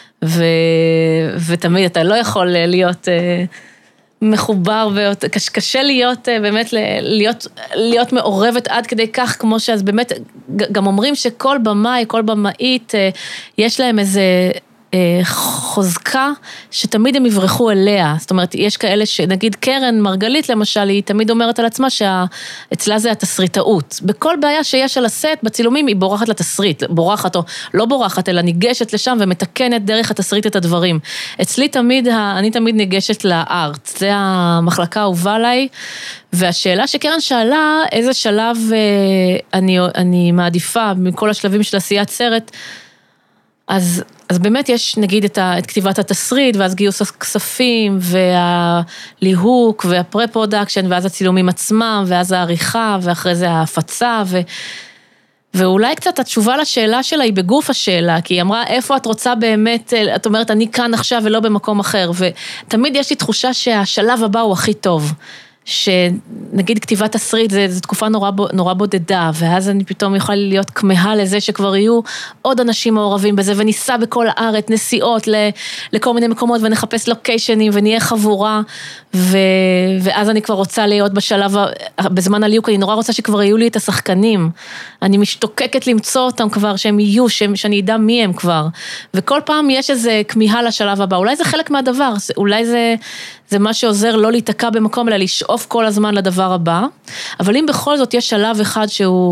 ותמיד אתה לא יכול להיות מחובר, קשה להיות באמת, להיות מעורבת עד כדי כך, כמו שאז באמת, גם אומרים שכל במאי, כל במאית, יש להם איזה חוזקה שתמיד הם יברחו אליה, זאת אומרת, יש כאלה שנגיד קרן מרגלית למשל, היא תמיד אומרת על עצמה שאצלה זה התסריטאות. בכל בעיה שיש על הסט, בצילומים היא בורחת לתסריט, בורחת או לא בורחת, אלא ניגשת לשם ומתקנת דרך התסריט את הדברים. אצלי אני תמיד ניגשת לארט, זה המחלקה האהובה עליי, והשאלה שקרן שאלה, איזה שלב אני מעדיפה מכל השלבים של עשיית סרט, אז באמת יש נגיד את כתיבת התסריט, ואז גיוס הכספים, והליהוק, והפרה-פרודקשן, ואז הצילומים עצמם, ואז העריכה, ואחרי זה ההפצה, ואולי קצת התשובה לשאלה שלה היא בגוף השאלה, כי היא אמרה, איפה את רוצה באמת, את אומרת, אני כאן עכשיו ולא במקום אחר, ותמיד יש לי תחושה שהשלב הבא הוא הכי טוב. שנגיד כתיבת תסריט זו תקופה נורא בודדה, ואז אני פתאום יכולה להיות כמהה לזה שכבר יהיו עוד אנשים מעורבים בזה, וניסע בכל הארץ, נסיעות לכל מיני מקומות, ונחפש לוקיישנים, ונהיה חבורה, ואז אני כבר רוצה להיות בשלב, בזמן הליוק, אני נורא רוצה שכבר יהיו לי את השחקנים, אני משתוקקת למצוא אותם כבר, שהם יהיו, שאני ידע מי הם כבר, וכל פעם יש איזה כמיהה לשלב הבא, אולי זה חלק מהדבר, אולי זה מה שעוזר לא להתעקע במקום, אלא לשאוף כל הזמן לדבר הבא, אבל אם בכל זאת יש שלב אחד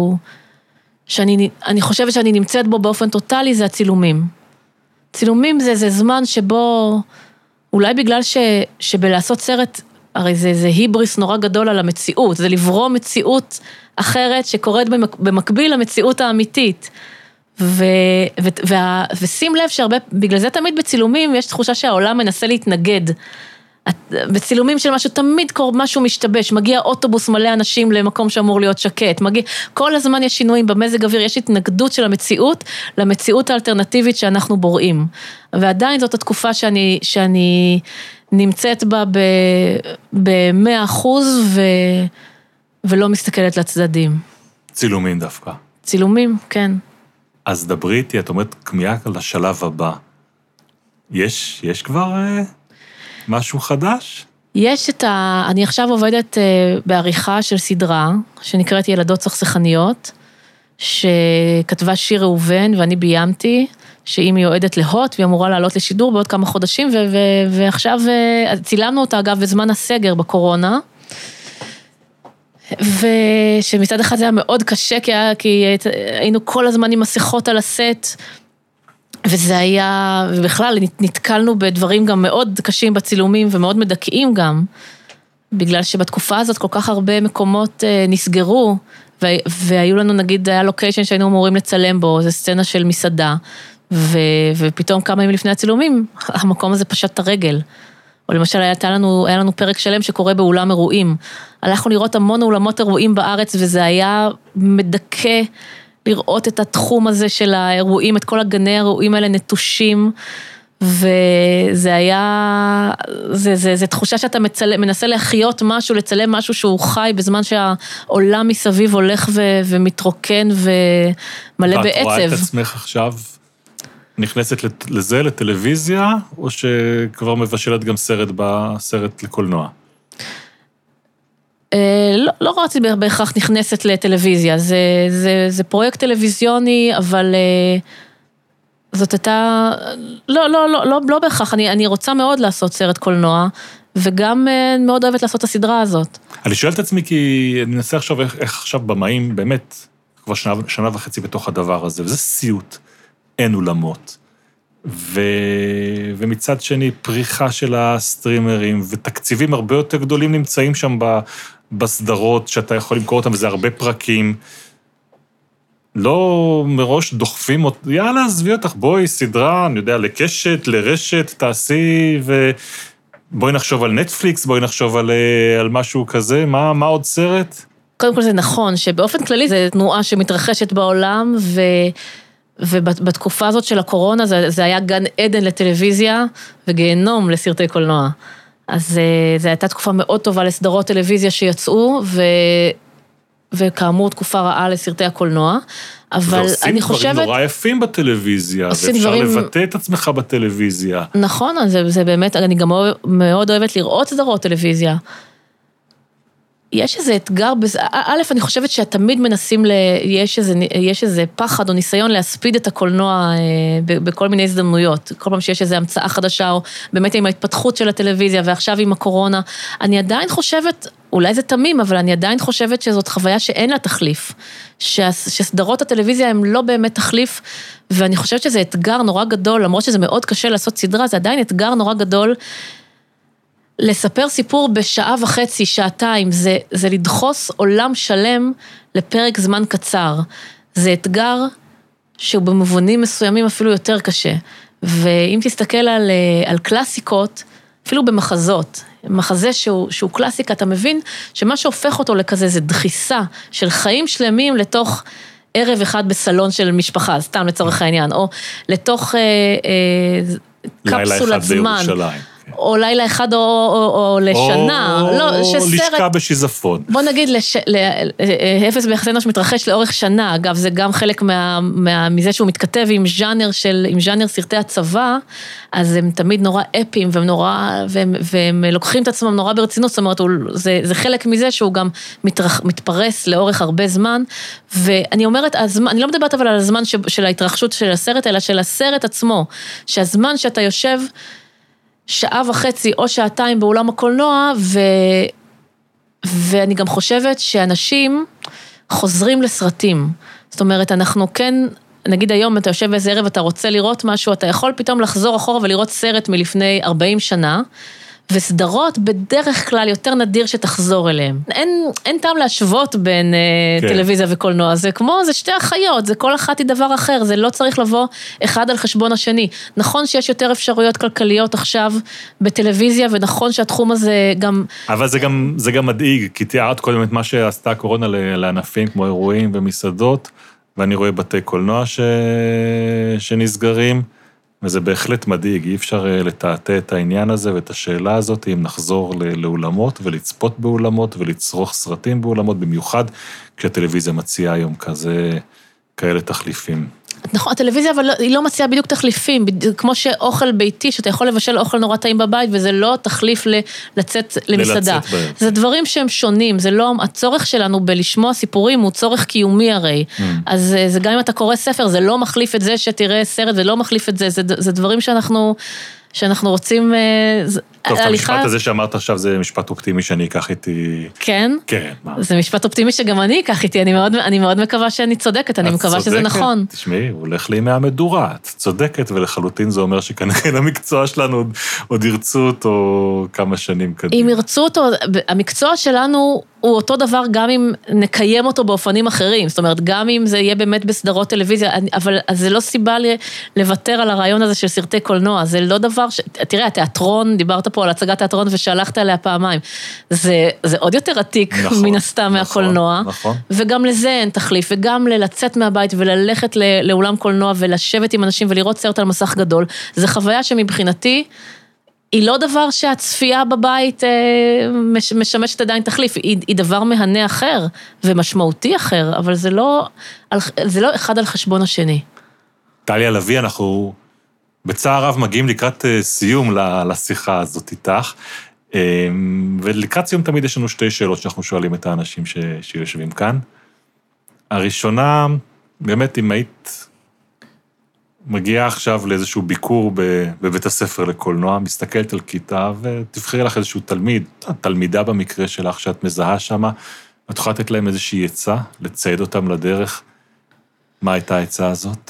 שאני חושבת שאני נמצאת בו באופן טוטלי, זה הצילומים. צילומים זה זמן שבו, אולי בגלל שבלעשות סרט, הרי זה היבריס נורא גדול על המציאות, זה לברוא מציאות אחרת שקורית במקביל למציאות האמיתית. ושים לב שהרבה, בגלל זה תמיד בצילומים יש תחושה שהעולם מנסה להתנגד. בצילומים של משהו, תמיד משהו משתבש, מגיע אוטובוס מלא אנשים למקום שאמור להיות שקט, כל הזמן יש שינויים במזג אוויר, יש התנגדות של המציאות, למציאות האלטרנטיבית שאנחנו בוראים. ועדיין זאת התקופה שאני נמצאת בה ב100% ולא מסתכלת לצדדים. צילומים דווקא. צילומים, כן. אז דברי איתי, את אומרת כמיהה לשלב הבא. יש כבר משהו חדש? אני עכשיו עובדת בעריכה של סדרה, שנקראת ילדות סכסכניות, שכתבה שיר ראובן, ואני ביימתי, שהיא מיועדת להוט, והיא אמורה לעלות לשידור בעוד כמה חודשים, ועכשיו צילמנו אותה אגב בזמן הסגר בקורונה, ושמצד אחד זה היה מאוד קשה, כי היינו כל הזמן עם מסכות על הסט, וזה היה, ובכלל נתקלנו בדברים גם מאוד קשים בצילומים, ומאוד מדכאים גם, בגלל שבתקופה הזאת כל כך הרבה מקומות נסגרו, והיו לנו נגיד, היה לוקיישן שהיינו אמורים לצלם בו, זו סצנה של מסעדה, ופתאום כמה ימים לפני הצילומים, המקום הזה פשט את הרגל. או למשל היה לנו פרק שלם שקורה באולם אירועים. הלכנו לראות המון אולמות אירועים בארץ, וזה היה מדכא לראות את התחום הזה של האירועים, את כל הגני האירועים האלה נטושים, וזה היה, זה תחושה שאתה מנסה להחיות משהו, לצלם משהו שהוא חי, בזמן שהעולם מסביב הולך ומתרוקן ומלא בעצב. ואת רואה את עצמך עכשיו נכנסת לזה, לטלוויזיה, או שכבר מבשלת גם סרט לקולנוע? לא רציתי בהכרח נכנסת לטלוויזיה, זה פרויקט טלוויזיוני, אבל זאת הייתה, לא בהכרח, אני רוצה מאוד לעשות סרט קולנוע, וגם מאוד אוהבת לעשות את הסדרה הזאת. אני שואל את עצמי, כי אני מנסה עכשיו איך עכשיו במאים, באמת, כבר שנה וחצי בתוך הדבר הזה, וזה סיוט, אין אולמות. ומצד שני, פריחה של הסטרימרים, ותקציבים הרבה יותר גדולים נמצאים שם בסדרות, שאתה יכול למכור אותם, וזה הרבה פרקים. לא מראש דוחפים, יאללה, עזבי אותך, בואי, סדרה, אני יודע, לקשת, לרשת, תעשי, ובואי נחשוב על נטפליקס, בואי נחשוב על משהו כזה, מה עוד סרט? קודם כל זה נכון, שבאופן כללי זה תנועה שמתרחשת בעולם, ובתקופה הזאת של הקורונה, זה היה גן עדן לטלוויזיה, וגיהנום לסרטי קולנוע. אז זו הייתה תקופה מאוד טובה לסדרות טלוויזיה שיצאו, וכאמור תקופה רעה לסרטי הקולנוע, אבל אני חושבת... ועושים דברים נורא יפים בטלוויזיה, ואפשר לבטא את עצמך בטלוויזיה. נכון, זה באמת, אני גם מאוד אוהבת לראות סדרות טלוויזיה. יש איזה אתגר, א', אני חושבת שתמיד מנסים, יש איזה פחד או ניסיון להספיד את הקולנוע בכל מיני הזדמנויות. כל פעם שיש איזו המצאה חדשה, או באמת עם ההתפתחות של הטלוויזיה, ועכשיו עם הקורונה, אני עדיין חושבת, אולי זה תמים, אבל אני עדיין חושבת שזאת חוויה שאין לה תחליף, שסדרות הטלוויזיה הן לא באמת תחליף, ואני חושבת שזה אתגר נורא גדול, למרות שזה מאוד קשה לעשות סדרה, זה עדיין אתגר נורא גדול, לספר סיפור בשעה וחצי, שעתיים, זה לדחוס עולם שלם לפרק זמן קצר. זה אתגר שהוא במובנים מסוימים אפילו יותר קשה. ואם תסתכל על קלאסיקות, אפילו במחזות, מחזה שהוא קלאסיקה, אתה מבין שמה שהופך אותו לכזה זה דחיסה של חיים שלמים לתוך ערב אחד בסלון של משפחה, סתם לצורך העניין, או לתוך קפסולת זמן. בירושלים. או לילה אחד או לשנה. או לשכה בשיזפון. בוא נגיד, אפס ביחסי אנוש מתרחש לאורך שנה, אגב, זה גם חלק מזה שהוא מתכתב עם ז'אנר סרטי הצבא, אז הם תמיד נורא אפיים, והם לוקחים את עצמם נורא ברצינות, זאת אומרת, זה חלק מזה שהוא גם מתפרס לאורך הרבה זמן, ואני אומרת, אני לא מדברת אבל על הזמן של ההתרחשות של הסרט, אלא של הסרט עצמו, שהזמן שאתה יושב שעה וחצי או שעתיים באולם הקולנוע, ואני גם חושבת שאנשים חוזרים לסרטים. זאת אומרת, אנחנו כן, נגיד היום אתה יושב באיזה ערב, אתה רוצה לראות משהו, אתה יכול פתאום לחזור אחורה ולראות סרט מלפני 40 שנה, וסדרות בדרך כלל יותר נדיר שתחזור אליהם. אין טעם להשוות בין טלוויזיה וקולנוע, זה כמו, זה שתי החיות, זה כל אחת היא דבר אחר, זה לא צריך לבוא אחד על חשבון השני. נכון שיש יותר אפשרויות כלכליות עכשיו בטלוויזיה, ונכון שהתחום הזה גם... אבל זה גם מדאיג, כי תיארת קודם את מה שעשתה הקורונה לענפים כמו אירועים ומסעדות, ואני רואה בתי קולנוע שנסגרים, וזה בהחלט מדאיג, אי אפשר לטעטע את העניין הזה ואת השאלה הזאת, אם נחזור לאולמות ולצפות באולמות ולצרוך סרטים באולמות, במיוחד כשהטלוויזיה מציעה היום כאלה תחליפים. נכון, הטלוויזיה אבל היא לא מציעה בדיוק תחליפים, כמו שאוכל ביתי, שאתה יכול לבשל אוכל נורא טעים בבית, וזה לא תחליף לצאת למסעדה. זה דברים שהם שונים, זה לא, הצורך שלנו בלשמוע סיפורים הוא צורך קיומי הרי. אז זה גם אם אתה קורא ספר, זה לא מחליף את זה שתראה סרט, ולא מחליף את זה, זה דברים שאנחנו רוצים... טוב, את המשפט הזה שאמרת עכשיו, זה משפט אופטימי שאני אקח איתי... כן? כן. זה משפט אופטימי שגם אני אקח איתי, אני מאוד מקווה שאני צודקת, אני מקווה שזה נכון. תשמעי, הוא הולך לימי המדורה, את צודקת, ולחלוטין זה אומר שכנראה המקצוע שלנו עוד ירצו אותו כמה שנים קדימה. אם ירצו אותו, המקצוע שלנו הוא אותו דבר גם אם נקיים אותו באופנים אחרים, זאת אומרת, גם אם זה יהיה באמת בסדרות טלוויזיה, אבל זה לא סיבה לוותר על הרעיון הזה של סרטי קולנוע, זה לא דבר תראה, התיאטרון, דיברת פה על הצגת תיאטרון ושהלכת עליה פעמיים, זה עוד יותר עתיק מן הסתם מהקולנוע, וגם לזה אין תחליף, וגם לצאת מהבית וללכת לאולם קולנוע ולשבת עם אנשים ולראות סרט על מסך גדול, זה חוויה שמבחינתי, היא לא דבר שהצפייה בבית משמשת עדיין תחליף, היא דבר מהנה אחר ומשמעותי אחר, אבל זה לא אחד על חשבון השני. טליה לוי, אנחנו בצער רב מגיעים לקראת סיום לשיחה הזאת איתך, ולקראת סיום תמיד יש לנו שתי שאלות שאנחנו שואלים את האנשים שיושבים כאן. הראשונה, באמת אם היית מגיעה עכשיו לאיזשהו ביקור בבית הספר לקולנוע, מסתכלת על כיתה ותבחרי לך איזשהו תלמידה במקרה שלך שאת מזהה שמה, את יכולה לתת להם איזושהי עצה, לצייד אותם לדרך. מה הייתה העצה הזאת?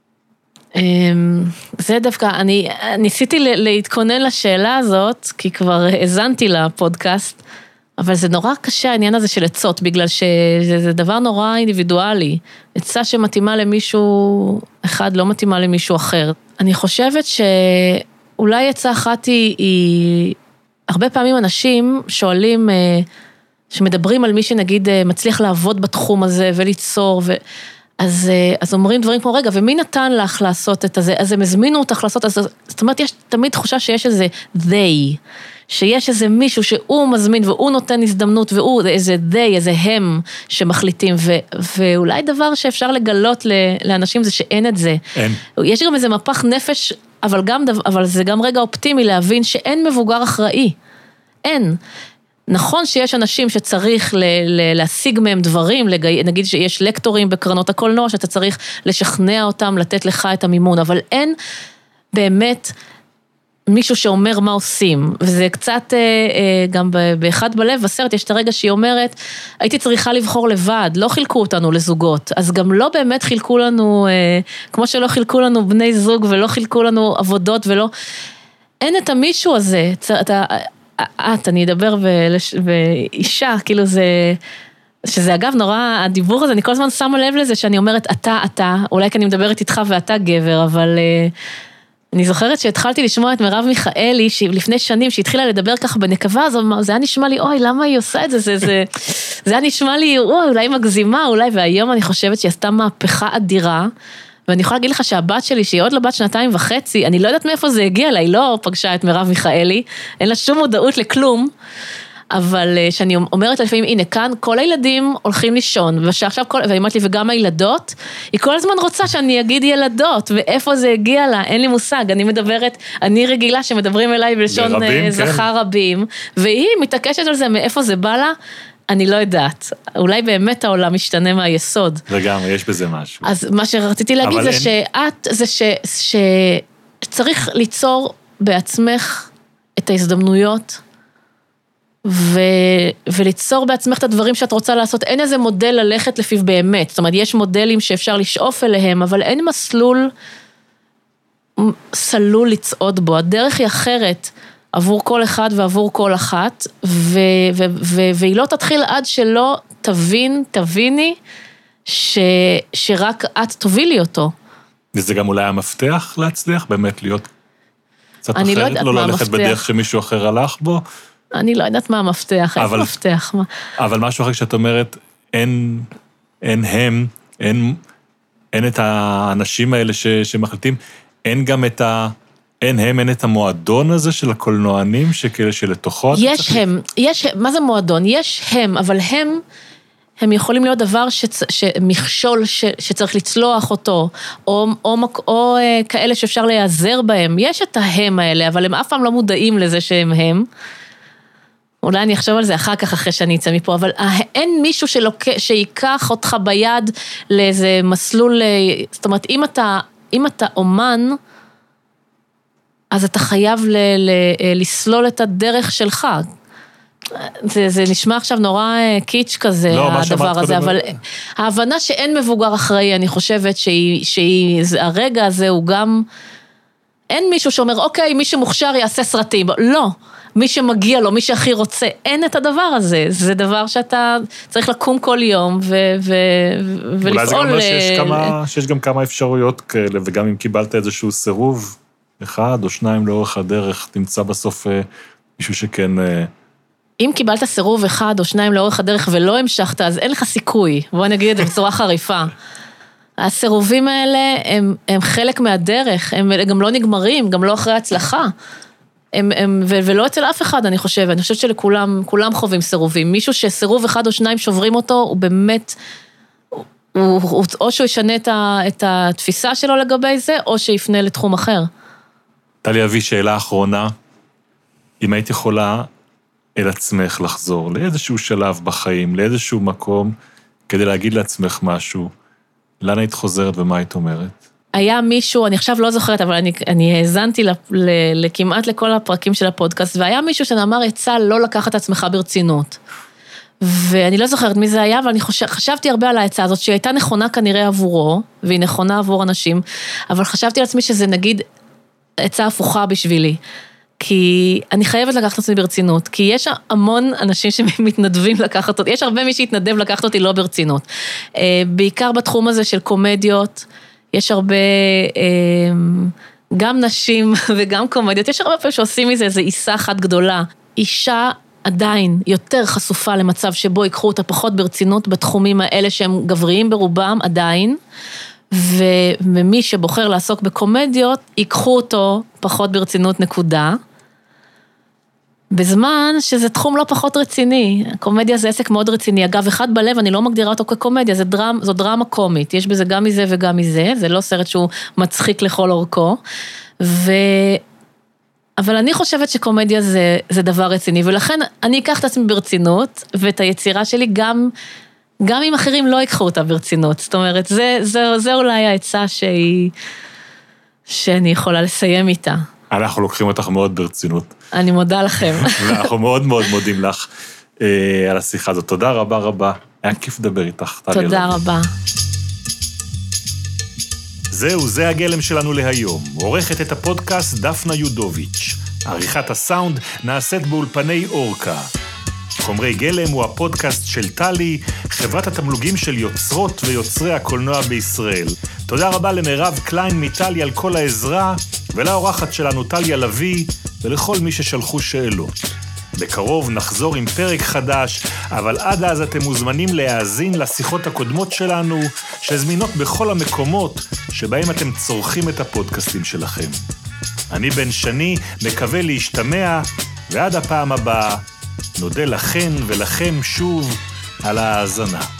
זה דווקא, אני ניסיתי להתכונן לשאלה הזאת, כי כבר הזנתי לפודקאסט, אבל זה נורא קשה העניין הזה של עצות, בגלל שזה דבר נורא אינדיבידואלי. עצה שמתאימה למישהו אחד לא מתאימה למישהו אחר. אני חושבת שאולי עצה אחת היא הרבה פעמים אנשים שואלים, שמדברים על מי שנגיד מצליח לעבוד בתחום הזה וליצור, אז אומרים דברים כמו, רגע, ומי נתן לך לעשות את זה? אז הם הזמינו אותך לעשות, זאת אומרת, יש תמיד תחושה שיש איזה they, שיש איזה מישהו שהוא מזמין, והוא נותן הזדמנות, והוא איזה they, איזה הם שמחליטים, ואולי דבר שאפשר לגלות לאנשים זה שאין את זה. אין. יש גם איזה מפח נפש, אבל זה גם רגע אופטימי להבין שאין מבוגר אחראי. אין. נכון שיש אנשים שצריך להשיג מהם דברים, נגיד שיש לקטורים בקרנות הקולנוע, שאתה צריך לשכנע אותם, לתת לך את המימון, אבל אין באמת מישהו שאומר מה עושים, וזה קצת, גם באחד בלב, בסרט יש את הרגע שהיא אומרת, הייתי צריכה לבחור לבד, לא חילקו אותנו לזוגות, אז גם לא באמת חילקו לנו, כמו שלא חילקו לנו בני זוג, ולא חילקו לנו עבודות, ולא, אין את המישהו הזה, אני אדבר באישה, כאילו זה, שזה אגב נורא, הדיבור הזה, אני כל הזמן שמה לב לזה, שאני אומרת, אתה, אולי כי אני מדברת איתך ואתה גבר, אבל אני זוכרת שהתחלתי לשמוע את מרב מיכאלי, לפני שנים, שהתחילה לדבר ככה בנקבה, אז זה היה נשמע לי, אוי, למה היא עושה את זה? זה היה נשמע לי, אולי מגזימה, אולי, והיום אני חושבת שהיא עשתה מהפכה אדירה, ואני יכולה להגיד לך שהבת שלי, שהיא עוד לבת 2.5, אני לא יודעת מאיפה זה הגיע לה, היא לא פגשה את מרב מיכאלי, אין לה שום מודעות לכלום, אבל שאני אומרת לפעמים, הנה, כאן כל הילדים הולכים לישון, והיא אמרת לי, וגם הילדות, היא כל הזמן רוצה שאני אגיד ילדות, ואיפה זה הגיע לה, אין לי מושג, אני מדברת, אני רגילה שמדברים אליי בלשון זכר רבים, והיא מתעקשת על זה, מאיפה זה בא לה, אני לא יודעת, אולי באמת העולם משתנה מהיסוד. וגם, יש בזה משהו. אז מה שרציתי להגיד זה שצריך ליצור בעצמך את ההזדמנויות, וליצור בעצמך את הדברים שאת רוצה לעשות, אין איזה מודל ללכת לפיו באמת, זאת אומרת, יש מודלים שאפשר לשאוף אליהם, אבל אין מסלול סלול לצעוד בו, הדרך היא אחרת, עבור כל אחד ועבור כל אחת, והיא לא תתחיל עד שלא תביני, שרק את תובילי אותו. וזה גם אולי המפתח להצליח, באמת להיות קצת אחרת, לא ללכת בדרך שמישהו אחר הלך בו, אני לא יודעת מה המפתח, איפה המפתח? אבל משהו אחר שאת אומרת, אין את האנשים האלה שמחליטים, אין גם את אין את המועדון הזה של הקולנוענים, שכאלה שלתוכו... יש, מה זה מועדון? יש הם, אבל הם יכולים להיות דבר מכשול שצריך לצלוח אותו, או כאלה שאפשר להיעזר בהם. יש את ההם האלה, אבל הם אף פעם לא מודעים לזה שהם. אולי אני אחשוב על זה אחר כך, אחרי שאני אצא מפה, אבל אין מישהו שיקח אותך ביד לאיזה מסלול, זאת אומרת, אם אתה אומן, אז אתה חייב לסלול את הדרך שלך. זה נשמע עכשיו נורא קיץ' כזה, הדבר הזה, אבל ההבנה שאין מבוגר אחראי, אני חושבת שהרגע הזה הוא גם, אין מישהו שאומר, אוקיי, מי שמוכשר יעשה סרטים, לא. מי שמגיע לו, מי שהכי רוצה, אין את הדבר הזה. זה דבר שאתה צריך לקום כל יום ולפעול. אולי זה גם אומר שיש גם כמה אפשרויות כאלה, וגם אם קיבלת איזשהו סירוב, 1 או 2 לאורך הדרך, תמצא בסוף מישהו שכן... אם קיבלת סירוב 1 או 2 לאורך הדרך ולא המשכת, אז אין לך סיכוי. בוא נגיד את זה בצורה חריפה. הסירובים האלה הם חלק מהדרך, הם גם לא נגמרים, גם לא אחרי הצלחה. ולא אצל אף אחד, אני חושבת שלכולם חווים סירובים. מישהו שסירוב 1 או 2 שוברים אותו, הוא באמת, או שהוא ישנה את התפיסה שלו לגבי זה, או שיפנה לתחום אחר. טלי אבי, שאלה אחרונה, אם היית יכולה אל עצמך לחזור לאיזשהו שלב בחיים, לאיזשהו מקום, כדי להגיד לעצמך משהו, לאן היית חוזרת ומה היית אומרת? היה מישהו, אני עכשיו לא זוכרת, אבל אני האזנתי כמעט לכל הפרקים של הפודקאסט, והיה מישהו שנאמר, יצא לא לקחת את עצמך ברצינות. ואני לא זוכרת מי זה היה, אבל אני חשבתי הרבה על העצה הזאת, שהיא הייתה נכונה כנראה עבורו, והיא נכונה עבור אנשים, אבל חשבתי על עצמי שזה נגיד עצה הפוכה בשבילי. כי אני חייבת לקחת את עצמי ברצינות, כי יש המון אנשים שמתנדבים לקחת אותי, יש הרבה מי שהתנדב לקחת אותי לא ברצינות. בעיקר בתחום הזה של קומדיות, יש הרבה, גם נשים וגם קומדיות, יש הרבה פעמים שעושים מזה איזו עיסה אחת גדולה. אישה עדיין יותר חשופה למצב שבו ייקחו אותה פחות ברצינות בתחומים האלה שהם גבריים ברובם עדיין, ומי שבוחר לעסוק בקומדיות, ייקחו אותו פחות ברצינות נקודה, בזמן שזה תחום לא פחות רציני. קומדיה זה עסק מאוד רציני. אגב, אחד בלב, אני לא מגדירה אותו כקומדיה, זו דרמה קומית. יש בזה גם מזה וגם מזה. זה לא סרט שהוא מצחיק לכל אורכו. אבל אני חושבת שקומדיה זה דבר רציני, ולכן אני אקח את עצמי ברצינות, ואת היצירה שלי גם אם אחרים לא ייקחו אותה ברצינות. זאת אומרת, זה אולי העצה שאני יכולה לסיים איתה. אנחנו לוקחים אותך מאוד ברצינות. אני מודה לכם. ואנחנו מאוד מאוד מודים לך על השיחה הזאת. תודה רבה רבה. היה כיף לדבר איתך. תודה רבה. זהו, זה הגלם שלנו להיום. עורכת את הפודקאסט דפנה יודוביץ'. עריכת הסאונד נעשית באולפני אורקה. חומרי גלם הוא הפודקאסט של טלי, חברת התמלוגים של יוצרות ויוצרי הקולנוע בישראל. תודה רבה למירב קליין מטלי על כל העזרה, ולאורחת שלנו טליה לוי, ולכל מי ששלחו שאלות. בקרוב נחזור עם פרק חדש, אבל עד אז אתם מוזמנים להאזין לשיחות הקודמות שלנו, שזמינות בכל המקומות שבהם אתם צורכים את הפודקאסטים שלכם. אני בן שני, מקווה להשתמע, ועד הפעם הבאה, נודה לכן ולכם שוב על ההאזנה.